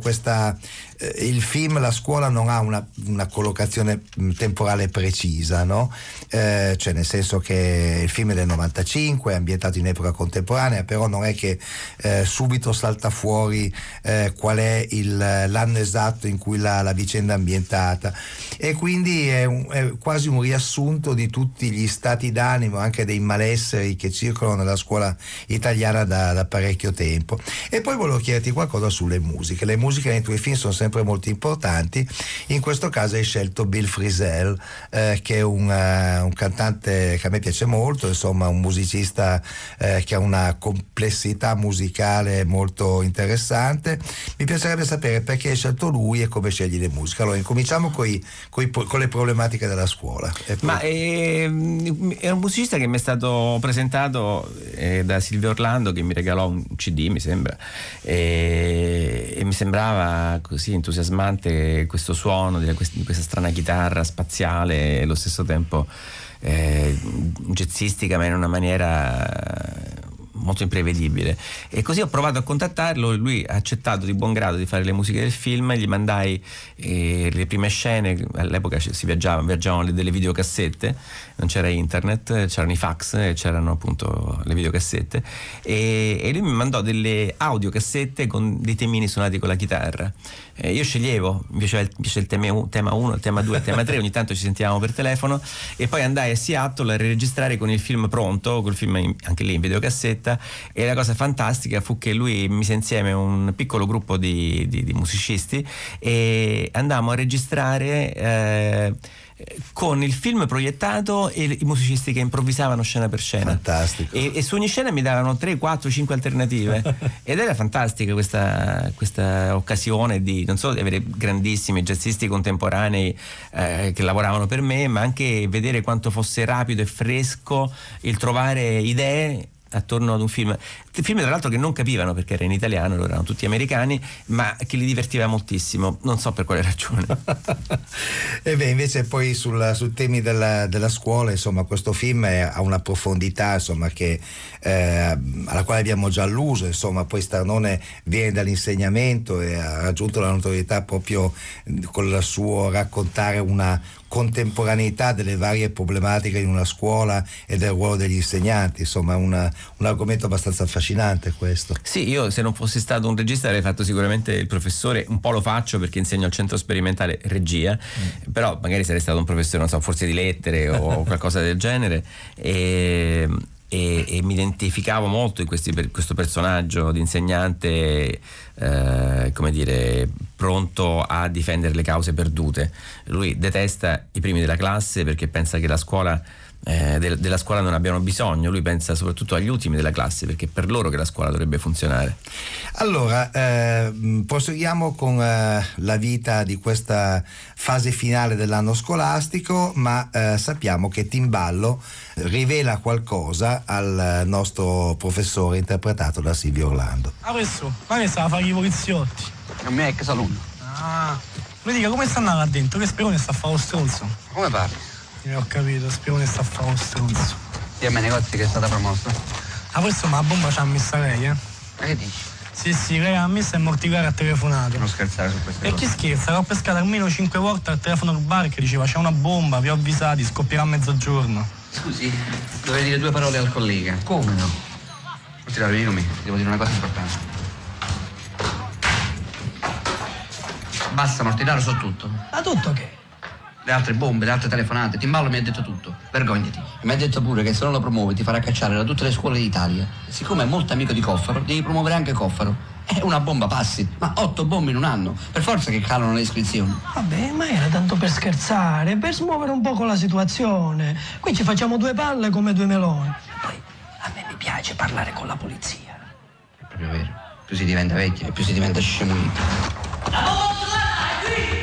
il film, la scuola non ha una collocazione temporale precisa, no? Cioè nel senso che il film è del 95, è ambientato in epoca contemporanea, però non è che subito salta fuori qual è l'anno esatto in cui la vicenda è ambientata, e quindi è quasi un riassunto di tutti gli stati d'animo, anche dei malesseri che circolano nella scuola italiana da parecchio tempo. E poi volevo chiederti qualcosa sulle musiche. Le musiche nei tuoi film sono sempre molto importanti. In questo caso hai scelto Bill Frisell, che è un cantante che a me piace molto, insomma un musicista che ha una complessità musicale molto interessante. Mi piacerebbe sapere perché hai scelto lui e come scegli le musiche. Allora incominciamo con le problematiche della scuola. Ma è un musicista che mi è stato presentato da Silvio Orlando, che mi regalò un CD, mi sembra, e mi sembrava così entusiasmante questo suono di questa strana chitarra spaziale e allo stesso tempo jazzistica, ma in una maniera molto imprevedibile. E così ho provato a contattarlo, lui ha accettato di buon grado di fare le musiche del film, gli mandai le prime scene. All'epoca si viaggiavano delle videocassette, non c'era internet, c'erano i fax e c'erano appunto le videocassette, e lui mi mandò delle audiocassette con dei temini suonati con la chitarra. Io sceglievo, mi piace il tema 1, il tema 2, il tema 3, ogni tanto ci sentivamo per telefono, e poi andai a Seattle a registrare con il film pronto, col film anche lì in videocassetta, vita, e la cosa fantastica fu che lui mise insieme un piccolo gruppo di musicisti e andammo a registrare con il film proiettato e i musicisti che improvvisavano scena per scena. Fantastico. E su ogni scena mi davano 3, 4, 5 alternative ed era fantastica questa occasione di non solo di avere grandissimi jazzisti contemporanei che lavoravano per me, ma anche vedere quanto fosse rapido e fresco il trovare idee attorno ad un film tra l'altro che non capivano perché era in italiano, loro erano tutti americani, ma che li divertiva moltissimo, non so per quale ragione. E beh, invece poi sui temi della scuola, insomma, questo film ha una profondità, insomma, che alla quale abbiamo già alluso, insomma. Poi Starnone viene dall'insegnamento e ha raggiunto la notorietà proprio con il suo raccontare una contemporaneità delle varie problematiche in una scuola e del ruolo degli insegnanti, insomma un argomento abbastanza affascinante questo. Sì, io se non fossi stato un regista avrei fatto sicuramente il professore, un po' lo faccio perché insegno al centro sperimentale regia, però magari sarei stato un professore, non so, forse di lettere o qualcosa del genere, e mi identificavo molto in questo personaggio di insegnante come dire, pronto a difendere le cause perdute. Lui detesta i primi della classe perché pensa che la scuola della scuola non abbiano bisogno. Lui pensa soprattutto agli ultimi della classe perché è per loro che la scuola dovrebbe funzionare. Allora proseguiamo con la vita di questa fase finale dell'anno scolastico, ma sappiamo che Timballo rivela qualcosa al nostro professore interpretato da Silvio Orlando. Adesso, ma che stava a fare i poliziotti? A me ex alunno. Ah, mi dica come sta andando là dentro? Che Sperone sta a fare lo stronzo? Come parli? Ho capito, Sperone sta a fare lo stronzo. Di a me negozi che è stata promossa. Questo ma la bomba c'ha messa lei, Ma che dici? Sì, lei ha messo e Morticare ha telefonato. Non scherzare su queste cose. E chi scherza? L'ho pescato almeno 5 volte al telefono del bar che diceva c'è una bomba, vi ho avvisati, scoppierà a mezzogiorno. Scusi, dovrei dire 2 parole al collega. Come no? Morticare, vieni con me, devo dire una cosa importante. Basta, Morticare, so tutto. Ma tutto che? Le altre bombe, le altre telefonate, Timballo mi ha detto tutto. Vergognati. Mi ha detto pure che se non lo promuovi ti farà cacciare da tutte le scuole d'Italia. E siccome è molto amico di Coffaro, devi promuovere anche Coffaro. È una bomba passi, ma 8 bombe in un anno. Per forza che calano le iscrizioni. Vabbè, ma era tanto per scherzare, per smuovere un poco la situazione. Qui ci facciamo 2 palle come 2 meloni. Poi a me mi piace parlare con la polizia. È proprio vero. Più si diventa vecchi e più si diventa scemunito. La bomba è qui!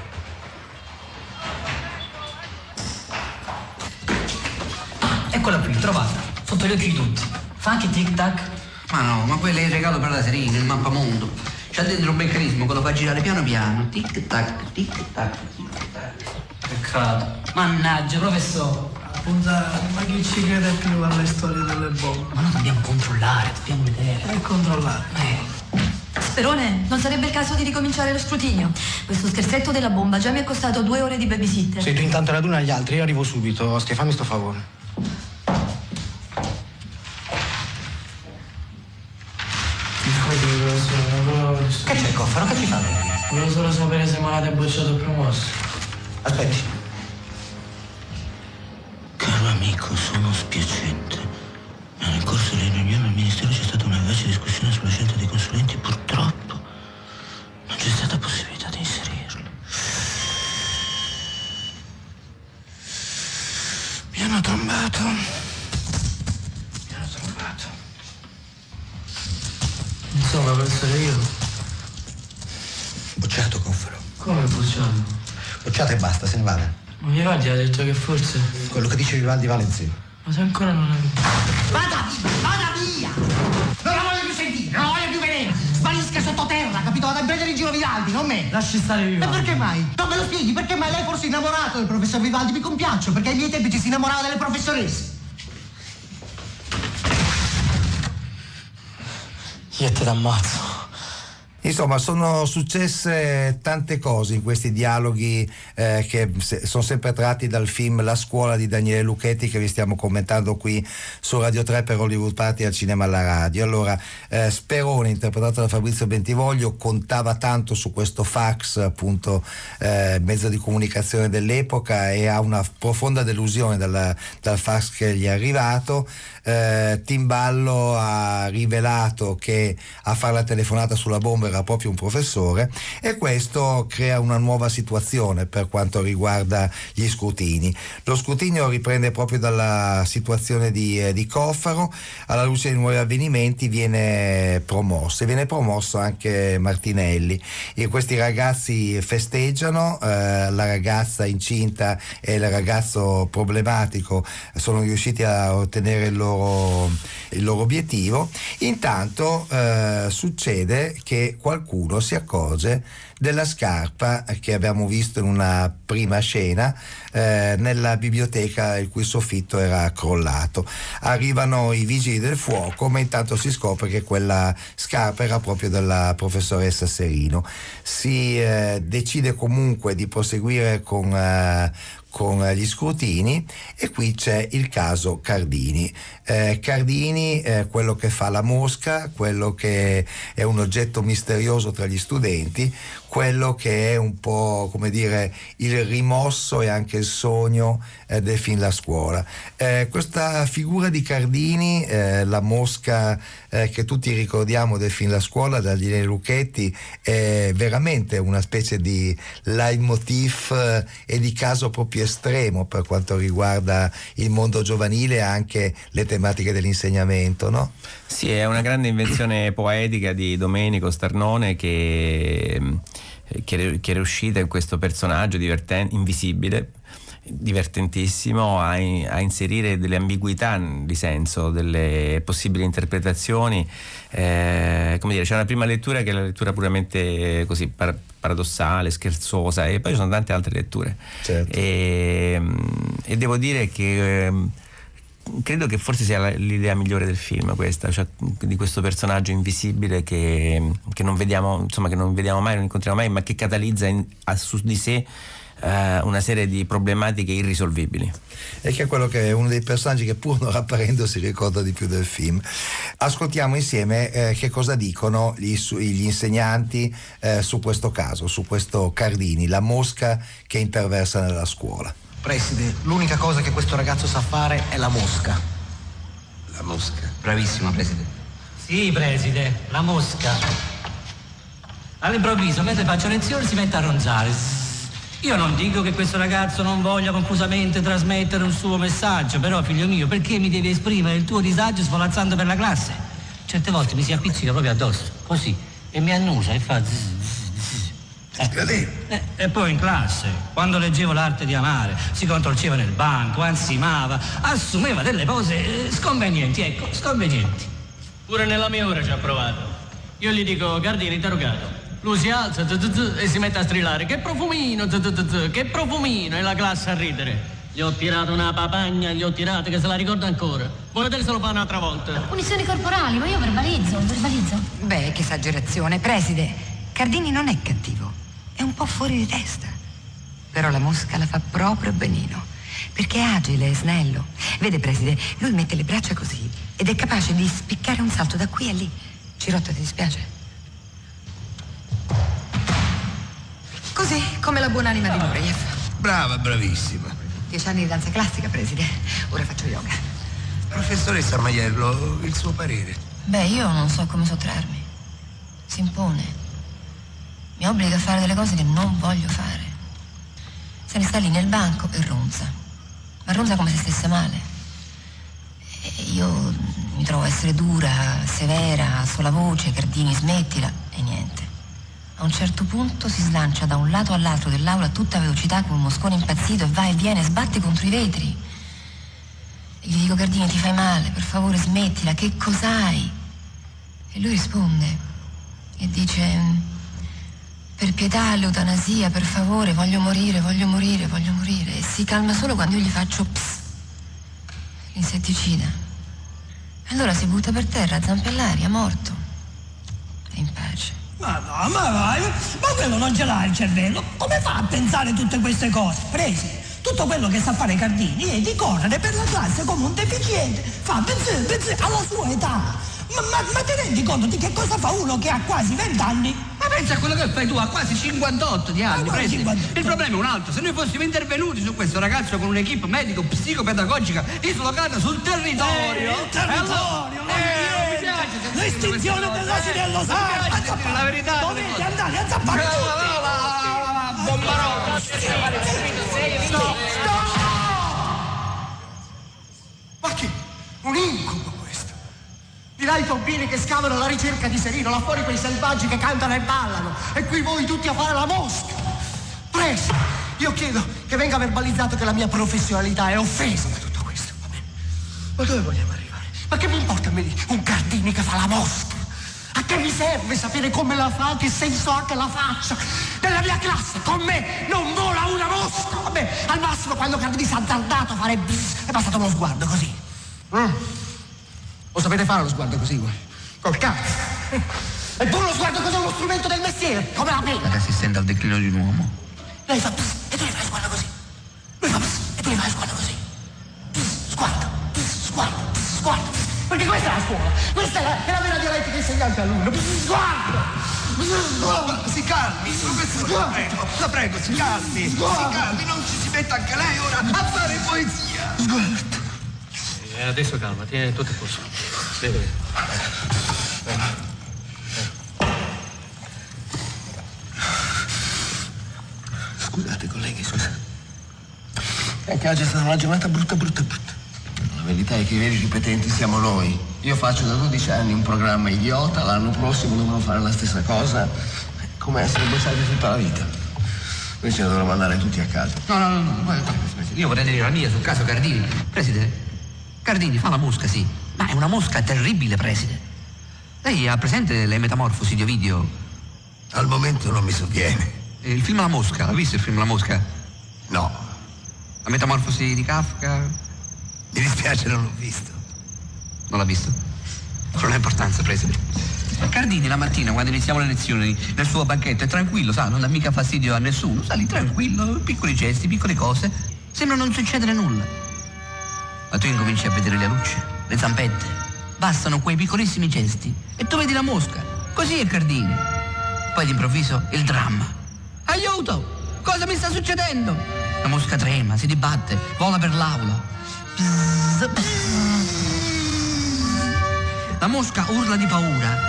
Eccola qui, trovata, sotto gli occhi di tutti. Fa anche tic tac. Ma no, ma quello è il regalo per la Serena, il mappamondo. C'ha dentro un meccanismo che lo fa girare piano piano. Tic tac, tic tac, tic tac. Peccato. Mannaggia, professore. Ma chi ci crede più alle storie delle bombe? Ma noi dobbiamo controllare, dobbiamo vedere. E controllare. Sperone, non sarebbe il caso di ricominciare lo scrutinio? Questo scherzetto della bomba già mi è costato 2 ore di babysitter. Se tu intanto raduni agli altri, io arrivo subito. Ostia, fammi sto favore. Che c'è, Coffaro? Che ci fa? Volevo solo sapere se Malata è bocciato o promosso. Aspetti. Caro amico, sono spiacente. Ma nel corso delle riunioni al Ministero c'è stata una vivace discussione sulla scelta dei consulenti. Purtroppo non c'è stata possibilità di inserirlo. Mi hanno trombato. Insomma, pensare io. Bocciato, Coffaro. Come bocciato? Bocciato e basta, se ne vada. Ma Vivaldi ha detto che forse. Quello che dice Vivaldi vale in sé. Ma se ancora non è. Vada via! Non la voglio più sentire, non la voglio più vedere! Sparisca sottoterra, capito? Vado a prendere in giro Vivaldi, non me! Lasci stare Vivaldi. E perché mai? Non me lo spieghi, perché mai lei forse è innamorato del professor Vivaldi? Mi compiaccio, perché ai miei tempi ci si innamorava delle professoresse. Io te t'ammazzo. Insomma, sono successe tante cose in questi dialoghi che sono sempre tratti dal film La scuola di Daniele Lucchetti, che vi stiamo commentando qui su Radio 3 per Hollywood Party al cinema alla radio. Allora, Sperone, interpretato da Fabrizio Bentivoglio, contava tanto su questo fax, appunto, mezzo di comunicazione dell'epoca, e ha una profonda delusione dal fax che gli è arrivato. Timballo ha rivelato che a fare la telefonata sulla bomba era proprio un professore, e questo crea una nuova situazione per quanto riguarda gli scrutini. Lo scrutinio riprende proprio dalla situazione di Coffaro. Alla luce di nuovi avvenimenti viene promosso anche Martinelli, e questi ragazzi festeggiano. La ragazza incinta e il ragazzo problematico sono riusciti a ottenere il loro obiettivo. Intanto succede che qualcuno si accorge della scarpa che abbiamo visto in una prima scena nella biblioteca, il cui soffitto era crollato. Arrivano i vigili del fuoco, ma intanto si scopre che quella scarpa era proprio della professoressa Serino. Si decide comunque di proseguire con gli scrutini, e qui c'è il caso Cardini. Cardini è quello che fa la mosca, quello che è un oggetto misterioso tra gli studenti, quello che è un po', come dire, il rimosso e anche il sogno del film La scuola. Questa figura di Cardini, la mosca che tutti ricordiamo del film La scuola da Daniele Lucchetti, è veramente una specie di leitmotiv e di caso proprio estremo per quanto riguarda il mondo giovanile e anche le tematiche dell'insegnamento, no? Sì, è una grande invenzione poetica di Domenico Starnone che è riuscita in questo personaggio invisibile, divertentissimo, a inserire delle ambiguità di senso, delle possibili interpretazioni. Come dire, c'è una prima lettura che è la lettura puramente così paradossale, scherzosa, e poi ci sono tante altre letture. Certo. E devo dire che credo che forse sia l'idea migliore del film, questa, cioè di questo personaggio invisibile che non vediamo, insomma, che non vediamo mai, non incontriamo mai, ma che catalizza su di sé una serie di problematiche irrisolvibili. E che è quello che è uno dei personaggi che, pur non apparendo, si ricorda di più del film. Ascoltiamo insieme che cosa dicono gli insegnanti su questo caso, su questo Cardini, la mosca che imperversa nella scuola. Preside, l'unica cosa che questo ragazzo sa fare è la mosca. La mosca? Bravissimo, preside. Sì, preside, la mosca. All'improvviso, mentre faccio lezione, si mette a ronzare. Io non dico che questo ragazzo non voglia confusamente trasmettere un suo messaggio, però, figlio mio, perché mi devi esprimere il tuo disagio svolazzando per la classe? Certe volte mi si appiccica proprio addosso, così, e mi annusa e fa e poi in classe, quando leggevo L'arte di amare, si contorceva nel banco, ansimava, assumeva delle pose sconvenienti, ecco, sconvenienti. Pure nella mia ora ci ha provato. Io gli dico, Cardini, interrogato. Lui si alza e si mette a strillare. Che profumino, che profumino, e la classe a ridere. Gli ho tirato una papagna, che se la ricordo ancora. Vuoi vedere se lo fa un'altra volta? Punizioni corporali, ma io verbalizzo. Beh, che esagerazione. Preside, Cardini non è cattivo, è un po' fuori di testa. Però la mosca la fa proprio benino, perché è agile, è snello. Vede, preside, lui mette le braccia così ed è capace di spiccare un salto da qui a lì. Cirotta, ti dispiace? Così, come la buonanima di Nureyev. Brava, bravissima. 10 anni di danza classica, preside. Ora faccio yoga. Professoressa Maiello, il suo parere? Beh, io non so come sottrarmi. Si impone. Mi obbliga a fare delle cose che non voglio fare. Se ne sta lì nel banco e ronza. Ma ronza come se stesse male. E io mi trovo a essere dura, severa, sola voce, Cardini, smettila, e niente. A un certo punto si slancia da un lato all'altro dell'aula a tutta velocità come un moscone impazzito e va e viene, sbatte contro i vetri. E gli dico, Cardini, ti fai male, per favore smettila, che cos'hai? E lui risponde e dice, per pietà, l'eutanasia, per favore, voglio morire. E si calma solo quando io gli faccio pss, l'insetticida. Allora si butta per terra, zampe all'aria, morto. E in pace. Ma no, ma vai, ma quello non ce l'ha il cervello. Come fa a pensare tutte queste cose? Preside, tutto quello che sa fare Cardini è di correre per la classe come un deficiente. Fa pensare alla sua età. Ma ti rendi conto di che cosa fa uno che ha quasi 20 anni? Ma pensa a quello che fai tu, ha quasi 58 di anni, Preside. Il problema è un altro, se noi fossimo intervenuti su questo ragazzo con un'equipe medico-psicopedagogica dislocata sul territorio. Il territorio! Mi piace. L'estinzione dell'asinello santo! La verità. Dovete andare a zappare tutti! Bombarolo! Stop! Ma che? Un incubo questo! Di là i tombini che scavano alla ricerca di Serino, là fuori quei selvaggi che cantano e ballano, e qui voi tutti a fare la mosca! Preside, io chiedo che venga verbalizzato che la mia professionalità è offesa da tutto questo, va bene? Ma dove vogliamo arrivare? Ma che mi importa a me di un Cardini che fa la mosca? A che mi serve sapere come la fa, che senso ha che la faccia? Nella mia classe, con me, non vola una mosca! Vabbè, al massimo quando Cardini si è azzardato a fare bis, è passato uno sguardo così. Lo sapete fare lo sguardo così voi? Col cazzo! Eppure lo sguardo così è uno strumento del mestiere, come la penna! Che assistente al declino di un uomo. Lei fa pss, e tu gli fai lo sguardo così. Lui fa pss, e tu gli fai lo sguardo così. Pss, sguardo, pss, sguardo, pss, sguardo. Perché questa è la scuola, questa è la vera dialettica insegnante all'uno. Pss, sguardo! Ma si calmi, professore, la prego, si calmi. Si calmi, non ci si metta anche lei ora a fare poesia. Sguardo. Adesso calmati, tutto a posto. Bene. Scusate colleghi, scusate. È che oggi è stata una giornata brutta. La verità è che i veri ripetenti siamo noi. Io faccio da 12 anni un programma idiota, l'anno prossimo dovrò fare la stessa cosa, come essere bocciati tutta la vita. Noi ce ne dovremmo andare tutti a casa. No, guarda, io vorrei dire la mia sul caso Cardini. Preside, Cardini fa la mosca, sì, ma è una mosca terribile, Preside. Lei ha presente le metamorfosi di Ovidio? Al momento non mi sovviene. Il film La Mosca, l'ha visto il film La Mosca? No. La metamorfosi di Kafka? Mi dispiace, non l'ho visto. Non l'ha visto? Non ha importanza, Preside. Cardini la mattina, quando iniziamo le lezioni, nel suo banchetto è tranquillo, sa, non dà mica fastidio a nessuno, sta lì tranquillo, piccoli gesti, piccole cose, sembra non succedere nulla. Ma tu incominci a vedere le luci, le zampette, bastano quei piccolissimi gesti e tu vedi la mosca. Così è Cardini. Poi d'improvviso il dramma. Aiuto! Cosa mi sta succedendo? La mosca trema, si dibatte, vola per l'aula. Pzz, pzz. La mosca urla di paura.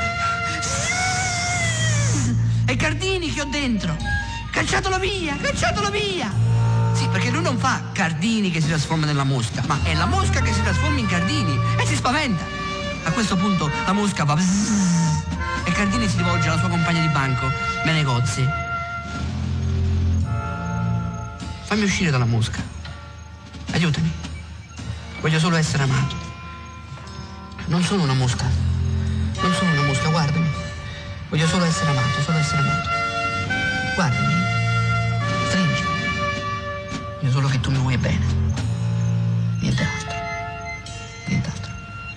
È Cardini che ho dentro. Cacciatelo via, cacciatelo via. Sì, perché lui non fa Cardini che si trasforma nella mosca, ma è la mosca che si trasforma in Cardini e si spaventa. A questo punto la mosca va bzzz, e Cardini si rivolge alla sua compagna di banco, Menegozzi. Fammi uscire dalla mosca. Aiutami. Voglio solo essere amato. Non sono una mosca. Non sono una mosca, guardami. Voglio solo essere amato, solo essere amato. Guardami. Stringimi. Voglio solo che tu mi vuoi bene. Niente altro. Nient'altro.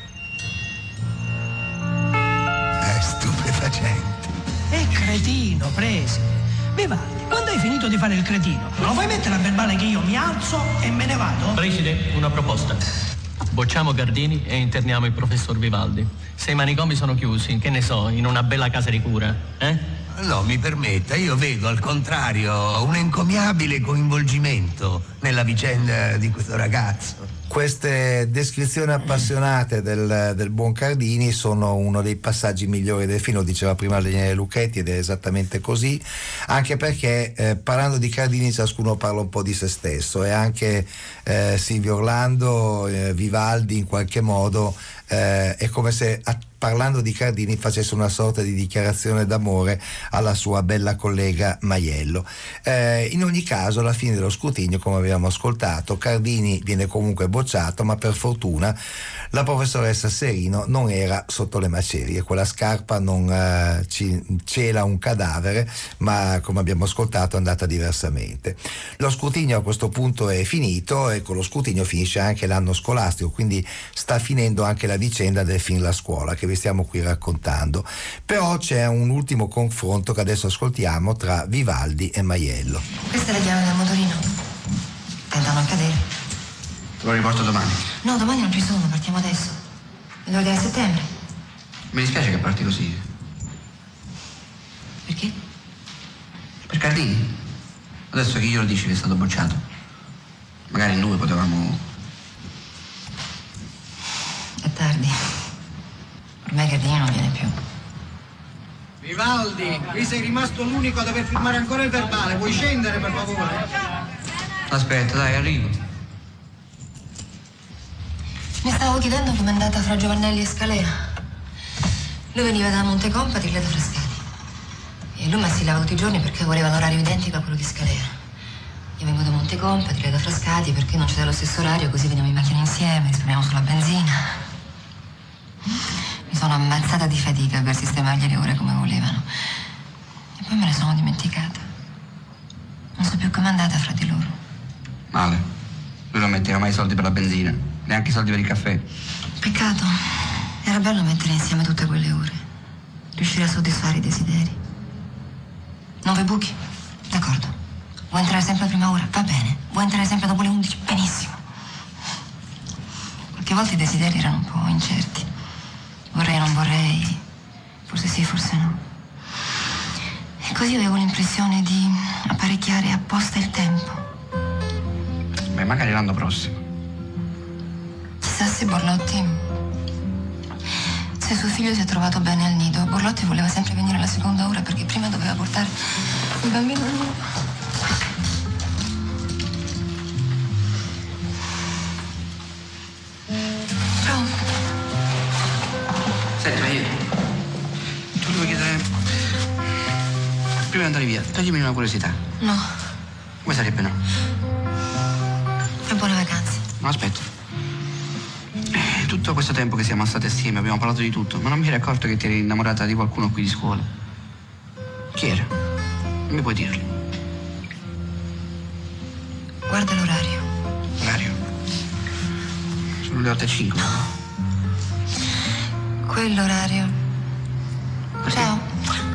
È stupefacente. È cretino, Preside. Vivaldi, quando hai finito di fare il cretino, non lo fai mettere a verbale che io mi alzo e me ne vado? Preside, una proposta. Bocciamo Cardini e interniamo il professor Vivaldi. Se i manicomi sono chiusi, che ne so, in una bella casa di cura, No, mi permetta, io vedo al contrario un encomiabile coinvolgimento nella vicenda di questo ragazzo. Queste descrizioni appassionate del buon Cardini sono uno dei passaggi migliori del film, lo diceva prima Daniele Lucchetti ed è esattamente così, anche perché parlando di Cardini ciascuno parla un po' di se stesso e anche Silvio Orlando, Vivaldi in qualche modo è come se parlando di Cardini facesse una sorta di dichiarazione d'amore alla sua bella collega Maiello. In ogni caso alla fine dello scrutinio, come abbiamo ascoltato, Cardini viene comunque bocciato, ma per fortuna la professoressa Serino non era sotto le macerie, quella scarpa non cela un cadavere, ma come abbiamo ascoltato è andata diversamente. Lo scrutinio a questo punto è finito e con lo scrutinio finisce anche l'anno scolastico, quindi sta finendo anche la vicenda del film La Scuola che vi stiamo qui raccontando. Però c'è un ultimo confronto che adesso ascoltiamo tra Vivaldi e Maiello. Questa è la chiave del motorino. Tenta a non cadere. Te lo riporto domani. No, domani non ci sono, partiamo adesso. Il 9 settembre. Mi dispiace che parti così. Perché? Per Cardini. Adesso chi glielo dice che è stato bocciato? Magari noi potevamo... È tardi. Ormai Cardini non viene più. Vivaldi, qui sei rimasto l'unico a dover firmare ancora il verbale. Puoi scendere, per favore? Aspetta, dai, arrivo. Mi stavo chiedendo com'è andata fra Giovannelli e Scalea. Lui veniva da Montecompati e lei da Frascati. E lui mi assillava tutti i giorni perché voleva l'orario identico a quello di Scalea. Io vengo da Montecompati, lei da Frascati, perché non c'è lo stesso orario, così veniamo in macchina insieme, risparmiamo sulla benzina. Mi sono ammazzata di fatica per sistemargli le ore come volevano. E poi me ne sono dimenticata. Non so più com'è andata fra di loro. Male. Lui non metteva mai i soldi per la benzina, neanche i soldi per il caffè. Peccato. Era bello mettere insieme tutte quelle ore. Riuscire a soddisfare i desideri. 9 buchi? D'accordo. Vuoi entrare sempre a prima ora? Va bene. Vuoi entrare sempre dopo le 11? Benissimo. Qualche volta i desideri erano un po' incerti. Vorrei, non vorrei. Forse sì, forse no. E così avevo l'impressione di apparecchiare apposta il tempo. Beh, magari l'anno prossimo. Chissà se Borlotti... Se suo figlio si è trovato bene al nido. Borlotti voleva sempre venire alla seconda ora perché prima doveva portare il bambino al nido. Pronto? Senti, ma io... Tu devo chiedere... Prima di andare via, toglimi una curiosità. No. Come sarebbe no? E buone vacanze. No, aspetta. Tutto questo tempo che siamo stati assieme abbiamo parlato di tutto, ma non mi eri accorto che ti eri innamorata di qualcuno qui di scuola. Chi era? Non mi puoi dirlo. Guarda l'orario. L'orario? Sono le 8:05. Quell'orario. Ciao.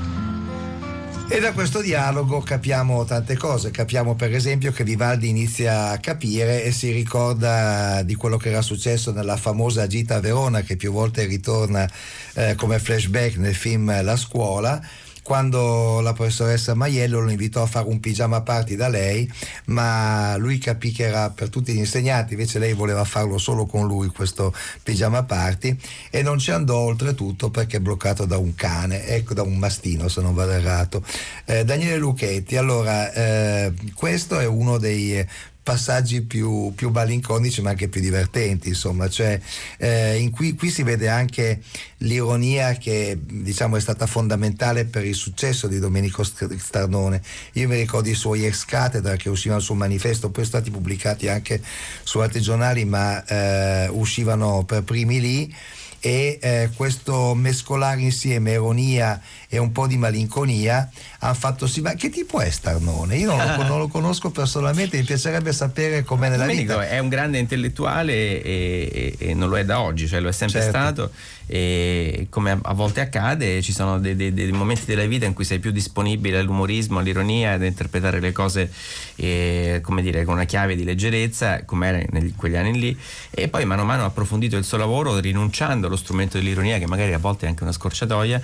E da questo dialogo capiamo tante cose. Capiamo per esempio che Vivaldi inizia a capire e si ricorda di quello che era successo nella famosa gita a Verona, che più volte ritorna come flashback nel film La Scuola, quando la professoressa Maiello lo invitò a fare un pigiama party da lei, ma lui capì che era per tutti gli insegnanti, invece lei voleva farlo solo con lui questo pigiama party, e non ci andò oltretutto perché è bloccato da un cane, ecco, da un mastino se non vado errato. Daniele Lucchetti, allora questo è uno dei passaggi più malinconici ma anche più divertenti, insomma, cioè qui si vede anche l'ironia che diciamo è stata fondamentale per il successo di Domenico Starnone. Io mi ricordo i suoi ex cattedra che uscivano sul manifesto, poi stati pubblicati anche su altri giornali, ma uscivano per primi lì, e questo mescolare insieme ironia e un po' di malinconia hanno fatto sì. Ma che tipo è Starnone? Io non lo conosco personalmente, mi piacerebbe sapere com'è nella Domenico vita. È un grande intellettuale e non lo è da oggi, cioè lo è sempre stato, e come a volte accade ci sono dei momenti della vita in cui sei più disponibile all'umorismo, all'ironia, ad interpretare le cose come dire, con una chiave di leggerezza, come era in quegli anni lì, e poi mano a mano ha approfondito il suo lavoro rinunciando allo strumento dell'ironia, che magari a volte è anche una scorciatoia,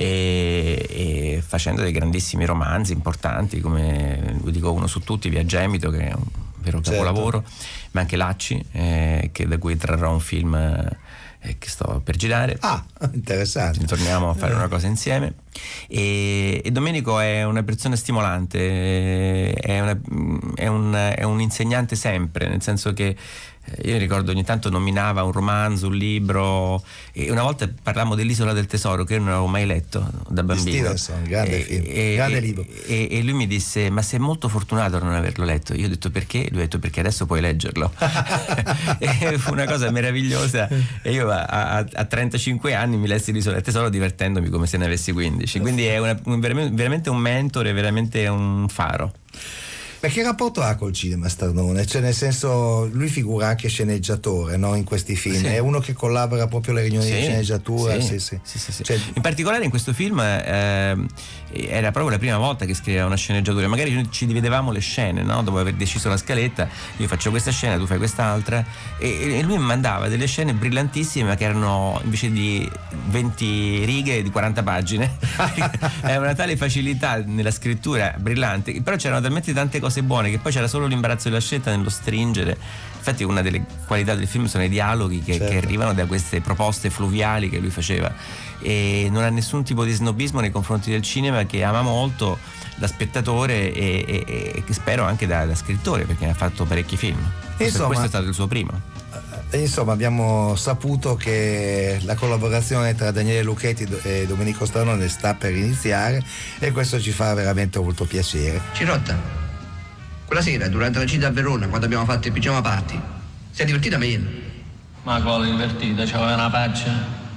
e facendo dei grandissimi romanzi importanti, come vi dico uno su tutti, Via Gemito, che è un vero capolavoro, ma anche Lacci, da cui trarrò un film che sto per girare. Interessante. Torniamo a fare una cosa insieme. E Domenico è una persona stimolante, è un insegnante sempre, nel senso che io ricordo ogni tanto nominava un romanzo, un libro, e una volta parlammo dell'Isola del Tesoro che io non avevo mai letto da bambino. Stevenson, grande film, grande libro. E lui mi disse: ma sei molto fortunato a non averlo letto. Io ho detto: perché? Lui ha detto: perché adesso puoi leggerlo. E fu una cosa meravigliosa, e io a 35 anni mi lessi l'Isola del Tesoro divertendomi come se ne avessi 15, quindi è veramente un mentore, veramente un faro. Ma che rapporto ha col cinema Starnone? Cioè, nel senso, lui figura anche sceneggiatore, no? In questi film. Sì. È uno che collabora proprio alle riunioni di sceneggiatura. Sì. Cioè, in particolare in questo film era proprio la prima volta che scriveva una sceneggiatura. Magari ci dividevamo le scene, no? Dopo aver deciso la scaletta, io faccio questa scena, tu fai quest'altra, e lui mi mandava delle scene brillantissime, ma che erano invece di 20 righe di 40 pagine. È una tale facilità nella scrittura brillante, però c'erano talmente tante cose buone che poi c'era solo l'imbarazzo della scelta nello stringere. Infatti una delle qualità del film sono i dialoghi che arrivano da queste proposte fluviali che lui faceva, e non ha nessun tipo di snobismo nei confronti del cinema, che ama molto da spettatore e che spero anche da scrittore, perché ha fatto parecchi film. Questo è stato il suo primo. Insomma, abbiamo saputo che la collaborazione tra Daniele Lucchetti e Domenico Starnone sta per iniziare, e questo ci fa veramente molto piacere. Cirotta, quella sera durante la gita a Verona, quando abbiamo fatto il pigiama party, si è divertita meglio? Ma quale divertita? C'aveva una faccia.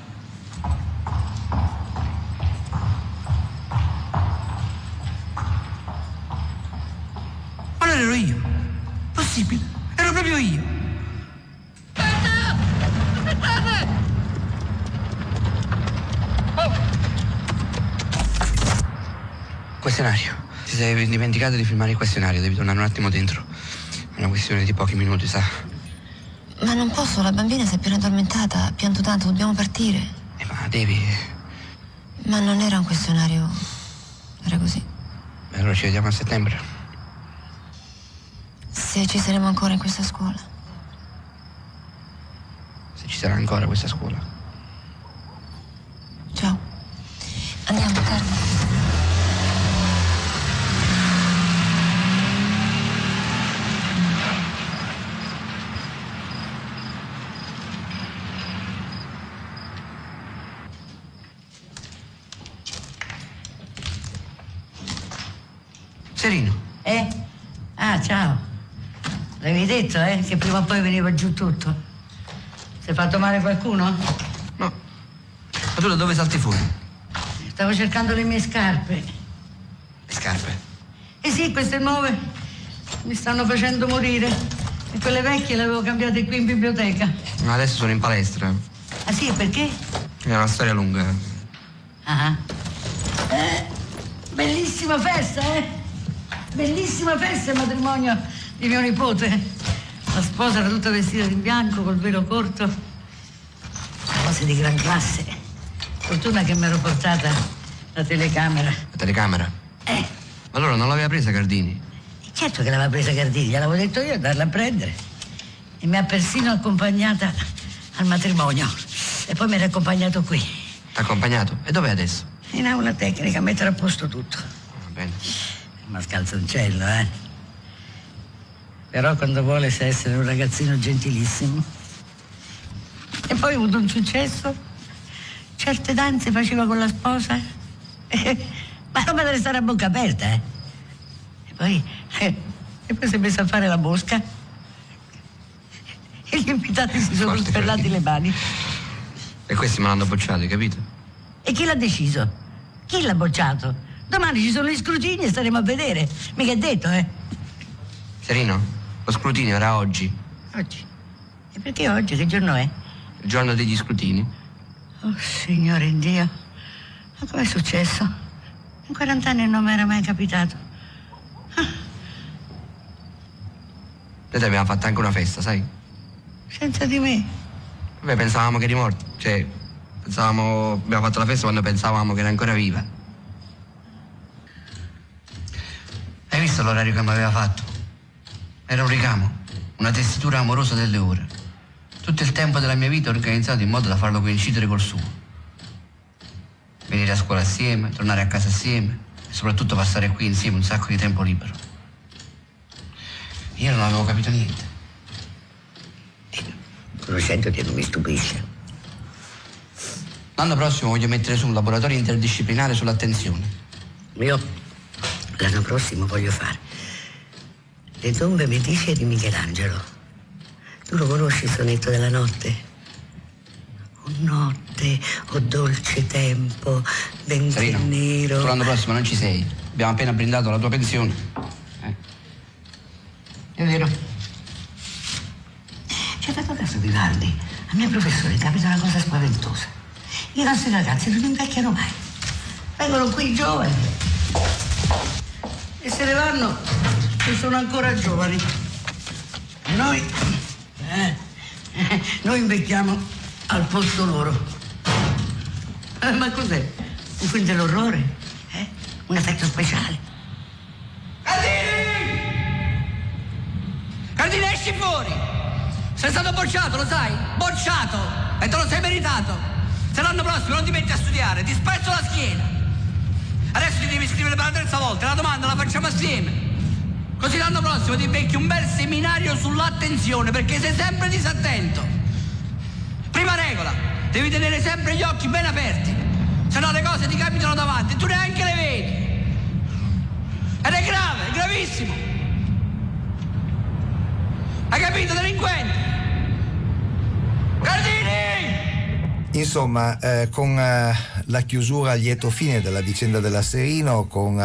Allora ero io. Possibile, ero proprio io. Questionario. Ti sei dimenticato di filmare il questionario, devi tornare un attimo dentro. È una questione di pochi minuti, sa. Ma non posso, la bambina si è appena addormentata, ha pianto tanto, dobbiamo partire. Ma devi. Ma non era un questionario, era così. Allora ci vediamo a settembre. Se ci saremo ancora in questa scuola. Se ci sarà ancora questa scuola. Ciao. Andiamo, Carlo. Serino. Ah, ciao. L'avevi detto, che prima o poi veniva giù tutto. Si è fatto male qualcuno? No. Ma tu da dove salti fuori? Stavo cercando le mie scarpe. Le scarpe? Eh sì, queste nuove mi stanno facendo morire. E quelle vecchie le avevo cambiate qui in biblioteca. Ma adesso sono in palestra. Ah sì, perché? È una storia lunga. Ah. Bellissima festa, Bellissima festa il matrimonio di mio nipote. La sposa era tutta vestita di bianco, col velo corto. Cose di gran classe. Fortuna che mi ero portata la telecamera. La telecamera? Ma allora non l'aveva presa Gardini? Certo che l'aveva presa Gardini, gliel'avevo detto io, darla a prendere. E mi ha persino accompagnata al matrimonio. E poi mi era accompagnato qui. T'ha accompagnato? E dov'è adesso? In aula tecnica, a mettere a posto tutto. Va bene. Ma scalzoncello, Però quando vuole sa essere un ragazzino gentilissimo. E poi ho avuto un successo. Certe danze faceva con la sposa. Ma non me deve stare a bocca aperta, E poi si è messa a fare la mosca. E gli invitati si sono spellati le mani. E questi me l'hanno bocciato, hai capito? E chi l'ha deciso? Chi l'ha bocciato? Domani ci sono gli scrutini e staremo a vedere. Mica è detto, Serino, lo scrutinio era oggi. Oggi? E perché oggi? Che giorno è? Il giorno degli scrutini. Oh, Signore Dio. Ma com'è successo? In 40 anni non mi era mai capitato. Noi ti abbiamo fatto anche una festa, sai? Senza di me. Beh, pensavamo che eri morto. Cioè, abbiamo fatto la festa quando pensavamo che era ancora viva. Hai visto l'orario che mi aveva fatto? Era un ricamo, una tessitura amorosa delle ore. Tutto il tempo della mia vita ho organizzato in modo da farlo coincidere col suo. Venire a scuola assieme, tornare a casa assieme e soprattutto passare qui insieme un sacco di tempo libero. Io non avevo capito niente. Conoscendoti non mi stupisce. L'anno prossimo voglio mettere su un laboratorio interdisciplinare sull'attenzione. Io l'anno prossimo voglio fare Le tombe Medici di Michelangelo. Tu lo conosci il sonetto della notte? O notte, o dolce tempo, benché nero. Tu l'anno prossimo non ci sei. Abbiamo appena brindato la tua pensione. È vero. Ci ha fatto caso Vivaldi? Al mio professore capita una cosa spaventosa. I nostri ragazzi non invecchiano mai. Vengono qui giovani. E se ne vanno e sono ancora giovani. E noi invecchiamo al posto loro. Ma cos'è? Un film dell'orrore? Un effetto speciale? Cardini, esci fuori! Sei stato bocciato, lo sai? Bocciato! E te lo sei meritato! Se l'anno prossimo non ti metti a studiare, ti spezzo la schiena! Adesso ti devi iscrivere per la terza volta, la domanda la facciamo assieme! Così l'anno prossimo ti becchi un bel seminario sull'attenzione, perché sei sempre disattento! Prima regola! Devi tenere sempre gli occhi ben aperti, se no le cose ti capitano davanti e tu neanche le vedi. Ed è grave, è gravissimo. Hai capito, delinquente? Cardini! Insomma, con la chiusura a lieto fine della vicenda della Serino, con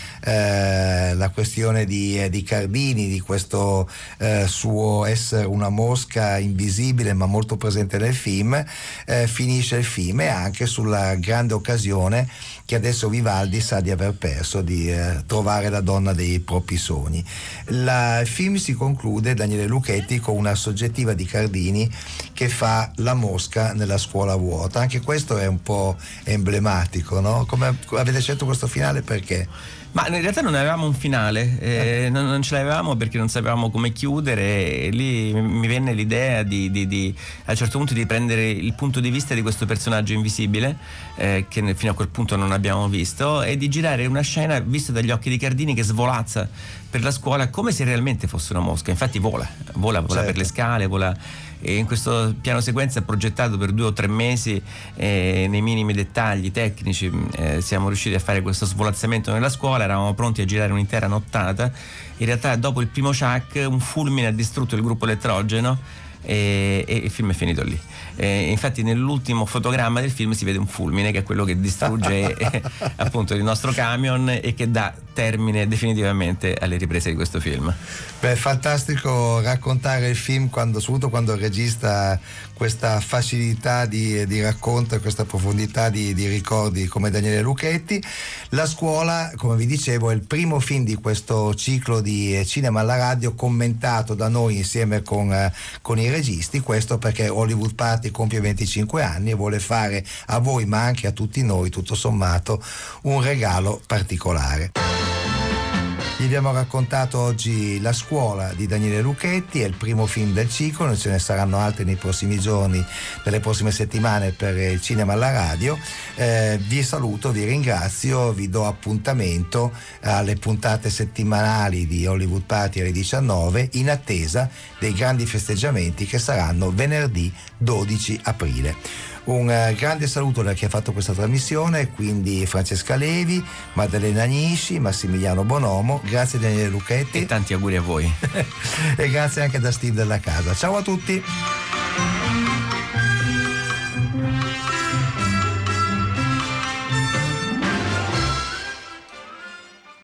la questione di Cardini, di questo suo essere una mosca invisibile ma molto presente nel film, finisce il film, e anche sulla grande occasione che adesso Vivaldi sa di aver perso, di trovare la donna dei propri sogni. Il film si conclude, Daniele Lucchetti, con una soggettiva di Cardini che fa la mosca nella scuola vuota. Anche questo è un po' emblematico, no? Come avete scelto questo finale, perché? Ma in realtà non avevamo un finale, non ce l'avevamo perché non sapevamo come chiudere, e lì mi venne l'idea a un certo punto di prendere il punto di vista di questo personaggio invisibile, che fino a quel punto non abbiamo visto, e di girare una scena vista dagli occhi di Cardini che svolazza per la scuola come se realmente fosse una mosca. Infatti vola certo, per le scale, vola. E in questo piano sequenza progettato per 2 o 3 mesi, nei minimi dettagli tecnici, siamo riusciti a fare questo svolazzamento nella scuola. Eravamo pronti a girare un'intera nottata. In realtà dopo il primo ciak un fulmine ha distrutto il gruppo elettrogeno e il film è finito lì. Infatti nell'ultimo fotogramma del film si vede un fulmine, che è quello che distrugge appunto il nostro camion e che dà termine definitivamente alle riprese di questo film. Beh, fantastico raccontare il film soprattutto quando il regista questa facilità di racconto e questa profondità di ricordi come Daniele Lucchetti. La scuola, come vi dicevo, è il primo film di questo ciclo di cinema alla radio commentato da noi insieme con i registi. Questo perché Hollywood Party compie 25 anni e vuole fare a voi, ma anche a tutti noi, tutto sommato, un regalo particolare. Vi abbiamo raccontato oggi La scuola di Daniele Lucchetti, è il primo film del ciclo, ce ne saranno altri nei prossimi giorni, nelle prossime settimane per il cinema alla radio. Vi saluto, vi ringrazio, vi do appuntamento alle puntate settimanali di Hollywood Party alle 19 in attesa dei grandi festeggiamenti che saranno venerdì 12 aprile. Un grande saluto da chi ha fatto questa trasmissione, quindi Francesca Levi, Maddalena Agnisci, Massimiliano Bonomo, grazie Daniele Lucchetti e tanti auguri a voi e grazie anche da Steve della casa. Ciao a tutti.